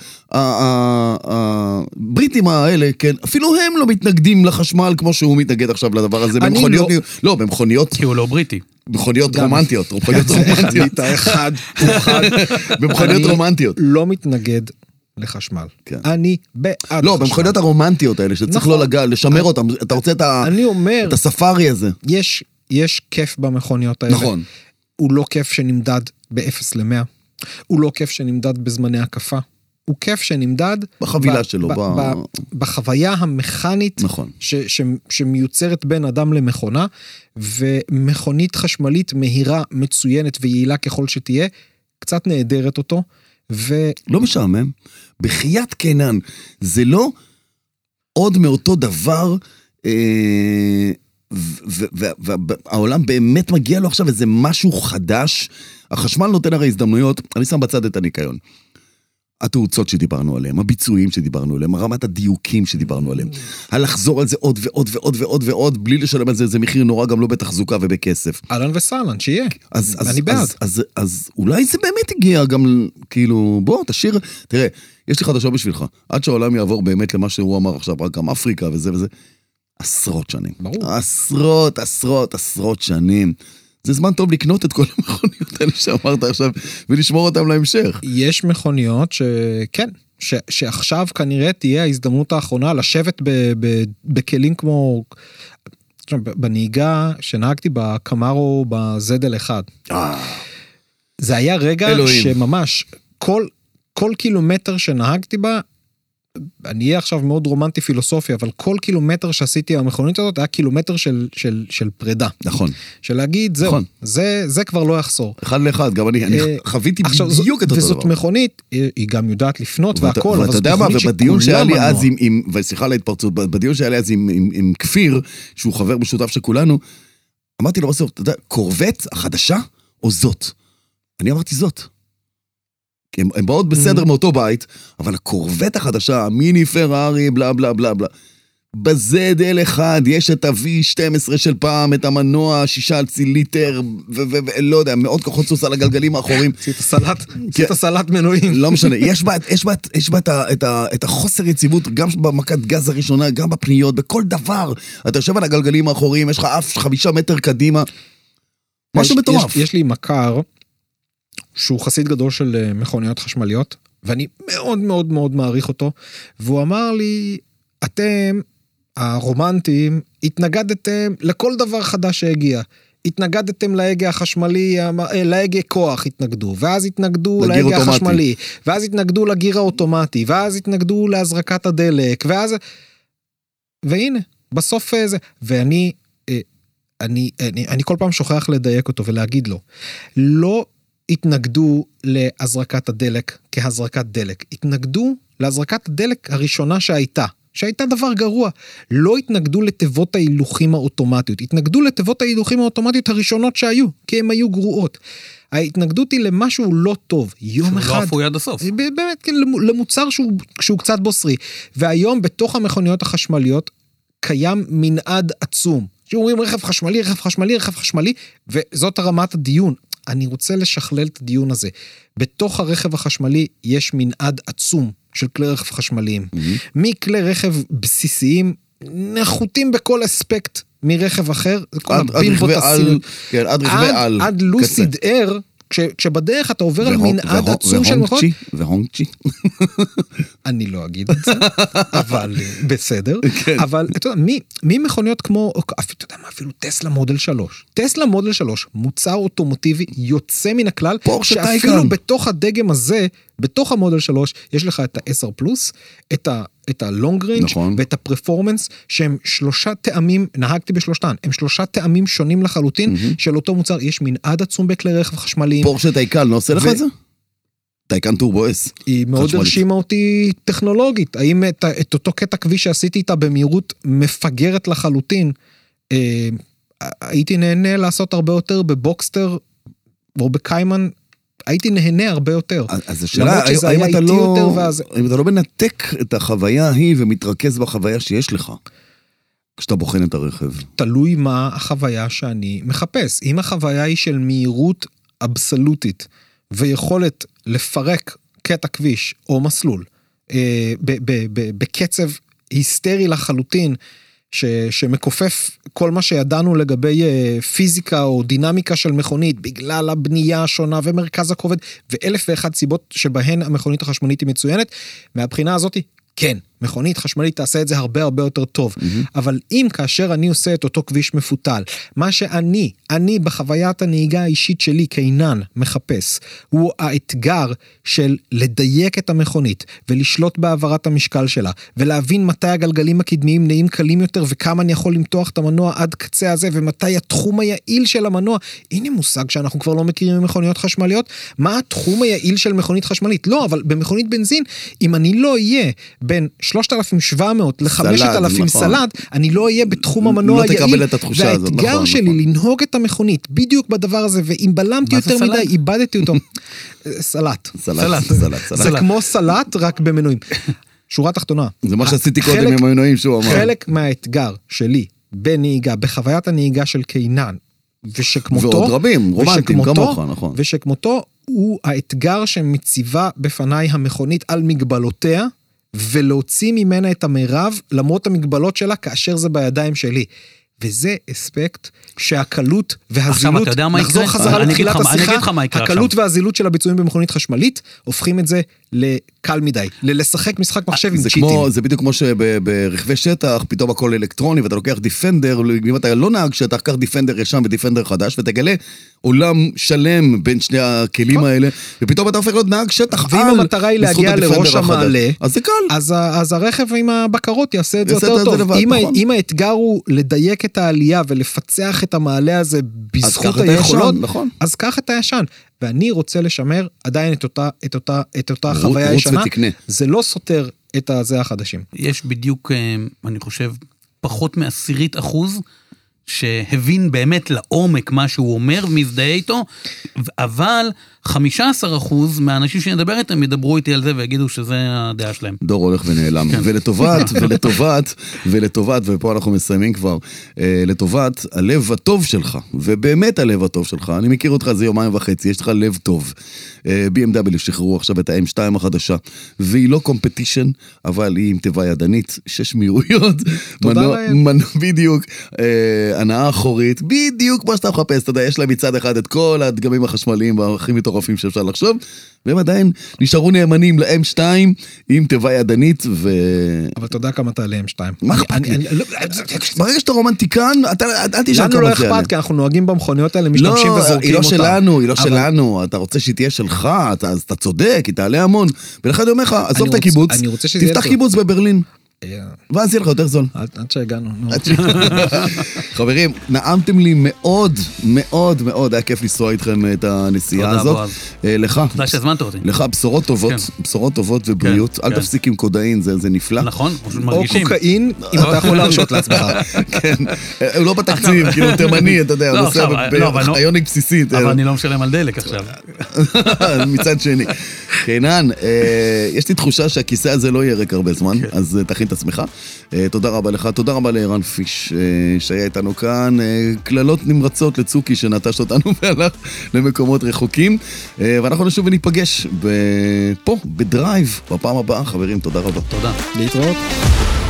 הבריטים האלה, כן, אפילו הם לא מתנגדים לחשמל כמו שהוא מתנגד עכשיו לדבר הזה, במכוניות, לא, במכוניות, כי הוא לא בריטי, במכוניות רומנטיות, במכוניות רומנטיות, האחד, במכוניות רומנטיות, לא מתנגד לחשמל, אני בעד חשמל, לא, במכוניות הרומנטיות האלה, שצריך לא לגע, לשמר אותם, אתה רוצה את הספארי הזה, יש כיף במכוניות האלה, נכון, הוא לא כיף שנמדד ב-אפס למאה, הוא לא כיף שנמדד בזמני הקפה, הוא כיף שנמדד בחבילה שלו, ב, ב, ב, בחוויה המכנית נכון. ש, ש, שמיוצרת בין אדם למכונה, ומכונית חשמלית מהירה, מצוינת ויעילה ככל שתהיה, קצת נהדרת אותו, ו... לא משעמם, בחיית קנן, זה לא עוד מאותו דבר, אה, והעולם באמת מגיע לו עכשיו איזה משהו חדש, החשמל נותן הרי הזדמנויות, אני שם בצד את הניקיון. התאוצות שדיברנו עליהם, הביצועים שדיברנו עליהם, רמת הדיוקים שדיברנו עליהם, הלחזור על זה עוד ועוד ועוד ועוד ועוד, בלי לשלם על זה, זה מחיר נורא גם לא בתחזוקה ובכסף. אהלן וסהלן, שיהיה. אז, אז, אני בעד. אז, אז, אז אולי זה באמת הגיע גם, כאילו, בוא, תשאיר, תראה, יש לי חדשה בשבילך, עד שהעולם יעבור באמת למה שהוא אמר עכשיו, רק גם אפריקה וזה וזה, עשרות שנים. ברור. עשרות, עשרות, עשרות שנים. זה זמן טוב לקנות את כל המכוניות האלה שאמרת עכשיו, ולשמור אותם להמשך. יש מכוניות שכן, ש, שעכשיו כנראה תהיה ההזדמנות האחרונה לשבת ב, ב, בכלים כמו, בנהיגה שנהגתי בקמארו ב-זד אל אחד. זה היה רגע אלוהים. שממש כל, כל קילומטר שנהגתי בה, אני אהיה עכשיו מאוד רומנטי פילוסופי, אבל כל קילומטר שעשיתי המכונית הזאת, היה קילומטר של, של, של פרידה. נכון. של להגיד, זהו, נכון. זה, זה כבר לא יחסור. אחד לאחד, גם אני, אני חוויתי בדיוק את אותו דבר. וזאת מכונית, היא גם יודעת לפנות והכל, אבל ואתה יודע מה, ובדיון שהיה לי אז עם, וסליחה על ההתפרצות, בדיון שהיה לי אז עם, עם, עם כפיר, שהוא חבר משותף של כולנו, אמרתי לו בסוף, אתה יודע, קורבט החדשה, או זאת? אני אמרתי זאת. כי הם באות בסדר מאותו בית, אבל הקורבט החדשה, המיני פרארי, בלה בלה בלה בלה, בזד אל אחד, יש את ה-וי שתים עשרה של פעם, את המנוע, שישה ציליטר, ולא יודע, מאות כוחות סוס על הגלגלים האחורים. עשית סלט, עשית סלט מנועים. לא משנה, יש בה, יש בה, יש בה את החוסר יציבות, גם במכת גז הראשונה, גם בפניות, בכל דבר. אתה יושב על הגלגלים האחוריים, יש לך אף חמישה מטר קדימה. משהו מטורף. יש לי מכר, שהוא חסיד גדול של מכוניות חשמליות, ואני מאוד מאוד מאוד מעריך אותו, והוא אמר לי, אתם, הרומנטים, התנגדתם לכל דבר חדש שהגיע. התנגדתם להגה החשמלי, להגה כוח התנגדו, ואז התנגדו להגה החשמלי, ואז התנגדו לגיר האוטומטי, ואז התנגדו להזרקת הדלק, ואז... והנה, בסוף זה... ואני, אני, אני, אני כל פעם שוכח לדייק אותו ולהגיד לו, לא... התנגדו להזרקת הדלק כהזרקת דלק. התנגדו להזרקת הדלק הראשונה שהייתה, שהייתה דבר גרוע. לא התנגדו לתיבות ההילוכים האוטומטיות. התנגדו לתיבות ההילוכים האוטומטיות הראשונות שהיו, כי הן היו גרועות. ההתנגדות היא למשהו לא טוב. יום אחד... שהוא לא אפוי עד הסוף. באמת, כן, למוצר שהוא, שהוא קצת בוסרי. והיום בתוך המכוניות החשמליות קיים מנעד עצום. שאומרים רכב חשמלי, רכב חשמלי, רכב חשמלי, וזאת הרמת הדיון. אני רוצה לשכלל את הדיון הזה. בתוך הרכב החשמלי יש מנעד עצום של כלי רכב חשמליים. Mm-hmm. מכלי רכב בסיסיים, נחותים בכל אספקט מרכב אחר, זה כל הבימבות הסילון. כן, עד רכבי על. עד לוסיד אר, כש, כשבדרך אתה עובר על מנעד עצום של מכות. והונגצ'י. אני לא אגיד את זה, אבל בסדר. אבל אתה יודע, מי, מי מכוניות כמו, אתה יודע מה, אפילו טסלה מודל שלוש. טסלה מודל שלוש, מוצר אוטומוטיבי יוצא מן הכלל, שאפילו בתוך הדגם הזה, בתוך המודל שלוש, יש לך את ה-עשר פלוס, את ה... את ה-long range נכון. ואת ה-performance, שהם שלושה טעמים, נהגתי בשלושתן, הם שלושה טעמים שונים לחלוטין, mm-hmm. של אותו מוצר, יש מנעד עצום בכלי רכב חשמליים. פורשה טייקן, לא עושה ו... לך את זה? טייקן טורבו אס. היא מאוד הרשימה אותי טכנולוגית, האם את, את אותו קטע כביש שעשיתי איתה במהירות מפגרת לחלוטין, אה, הייתי נהנה לעשות הרבה יותר בבוקסטר, או בקיימן, הייתי נהנה הרבה יותר. אז השאלה, האם אתה לא, אם אתה לא מנתק את החוויה ההיא ומתרכז בחוויה שיש לך, כשאתה בוחן את הרכב. תלוי מה החוויה שאני מחפש. אם החוויה היא של מהירות אבסולוטית, ויכולת לפרק קטע כביש או מסלול, בקצב היסטרי לחלוטין, ש, שמקופף כל מה שידענו לגבי פיזיקה או דינמיקה של מכונית, בגלל הבנייה השונה ומרכז הכובד, ואלף ואחת סיבות שבהן המכונית החשמלית היא מצוינת, מהבחינה הזאת, כן, מכונית חשמלית תעשה את זה הרבה הרבה יותר טוב. אבל אם כאשר אני עושה את אותו כביש מפותל, מה שאני, אני בחוויית הנהיגה האישית שלי כאינן מחפש, הוא האתגר של לדייק את המכונית, ולשלוט בעברת המשקל שלה, ולהבין מתי הגלגלים הקדמיים נעים קלים יותר, וכמה אני יכול למתוח את המנוע עד קצה הזה, ומתי התחום היעיל של המנוע. הנה מושג שאנחנו כבר לא מכירים ממכוניות חשמליות. מה התחום היעיל של מכונית חשמלית? לא, אבל במכונית בנזין, אם אני לא אהיה בין שלושת אלפים ושבע מאות ל-חמשת אלפים סלד, אני לא אהיה בתחום המנוע היעיל. והאתגר שלי לנהוג את המכונית, בדיוק בדבר הזה, ואם בלמתי יותר מדי, איבדתי אותו. סלט. סלט. זה כמו סלט, רק במנועים. שורה תחתונה. זה מה שעשיתי קודם עם המנועים שהוא אמר. חלק מהאתגר שלי בנהיגה, בחוויית הנהיגה של קיינן, ושכמותו, ועוד רבים, רומנטים, כמוך, נכון. ושכמותו הוא האתגר שמציבה בפניי המכונית על מגבלותיה, ולהוציא ממנה את המרב, למרות המגבלות שלה, כאשר זה בידיים שלי. וזה אספקט שהקלות והזילות, נחזור חזרה לתחילת השיחה, הקלות והזילות של הביצועים במכונית חשמלית, הופכים את זה לקל מדי, ללשחק משחק מחשב עם צ'יטים. זה בדיוק כמו שברכבי שטח, פתאום הכל אלקטרוני, ואתה לוקח דיפנדר, אם אתה לא נהג שטח, קח דיפנדר ישן ודיפנדר חדש, ותגלה עולם שלם בין שני הכלים האלה, ופתאום אתה הופך להיות נהג שטח על, ואם המטרה היא להגיע לראש המעלה, אז זה קל. אז הרכב עם הבקרות יעשה את זה יותר טוב. אם האתגר הוא לדייק את העלייה ולפצח את המעלה הזה בזכות היכולות, אז קח את הישן. ואני רוצה לשמר עדיין את אותה, את אותה, את אותה חוויה ישנה. זה לא סותר את הזה החדשים. יש בדיוק, אני חושב, פחות מעשירית אחוז, שהבין באמת לעומק מה שהוא אומר, מזדהה איתו, אבל חמישה עשר אחוז מהאנשים שנדבר איתם, ידברו איתי על זה ויגידו שזה הדעה שלהם. דור הולך ונעלם. ולטובת, ולטובת, ולטובת, ופה אנחנו מסיימים כבר, לטובת הלב הטוב שלך, ובאמת הלב הטוב שלך, אני מכיר אותך זה יומיים וחצי, יש לך לב טוב. בי אם דאבליו שחררו עכשיו את ה-אם שתיים החדשה, והיא לא קומפטישן, אבל היא עם טבע ידנית, שש מהירויות, מנוע בדיוק, הנאה אחורית, בדיוק כמו שאתה מחפש, אתה יודע, יש להם מצד אחד את כל הדגמים החשמליים והכי מטורפים שאפשר לחשוב, והם עדיין נשארו נאמנים ל-אם שתיים עם טבע ידנית ו... אבל אתה יודע כמה אתה ל-אם שתיים. מה אכפת לי? ברגע שאתה רומנטיקן, אל תשאר כמה זה. לנו לא אכפת, כי אנחנו נוהגים במכוניות האלה, משתמשים וזורקים אותה. היא לא שלנו, היא לא שלנו, אתה רוצה שהיא תהיה שלך, אז אתה צודק, היא תעלה המון, ולכן אני אומר לך, עזוב את הקיבוץ, תפתח קיבוץ בברלין. ואז יהיה לך יותר זול. עד שהגענו. חברים, נעמתם לי מאוד, מאוד, מאוד, היה כיף לנסוע איתכם את הנסיעה הזאת. לך. תודה שהזמנת אותי. לך בשורות טובות, בשורות טובות ובריאות. אל תפסיק עם קודאין, זה נפלא. נכון, או קוקאין, אם אתה יכול להרשות לעצמך. כן. הוא לא בתקציב, כאילו תימני, אתה יודע, הוא נוסע באיוניק בסיסית. אבל אני לא משלם על דלק עכשיו. מצד שני. קיינן, יש לי תחושה שהכיסא הזה לא יהיה ריק הרבה זמן, אז תכין את עצמך. תודה רבה לך, תודה רבה לערן פיש שהיה איתנו כאן, כללות נמרצות לצוקי שנטש אותנו והלך למקומות רחוקים, ואנחנו נשוב וניפגש פה בדרייב בפעם הבאה. חברים, תודה רבה. תודה. להתראות.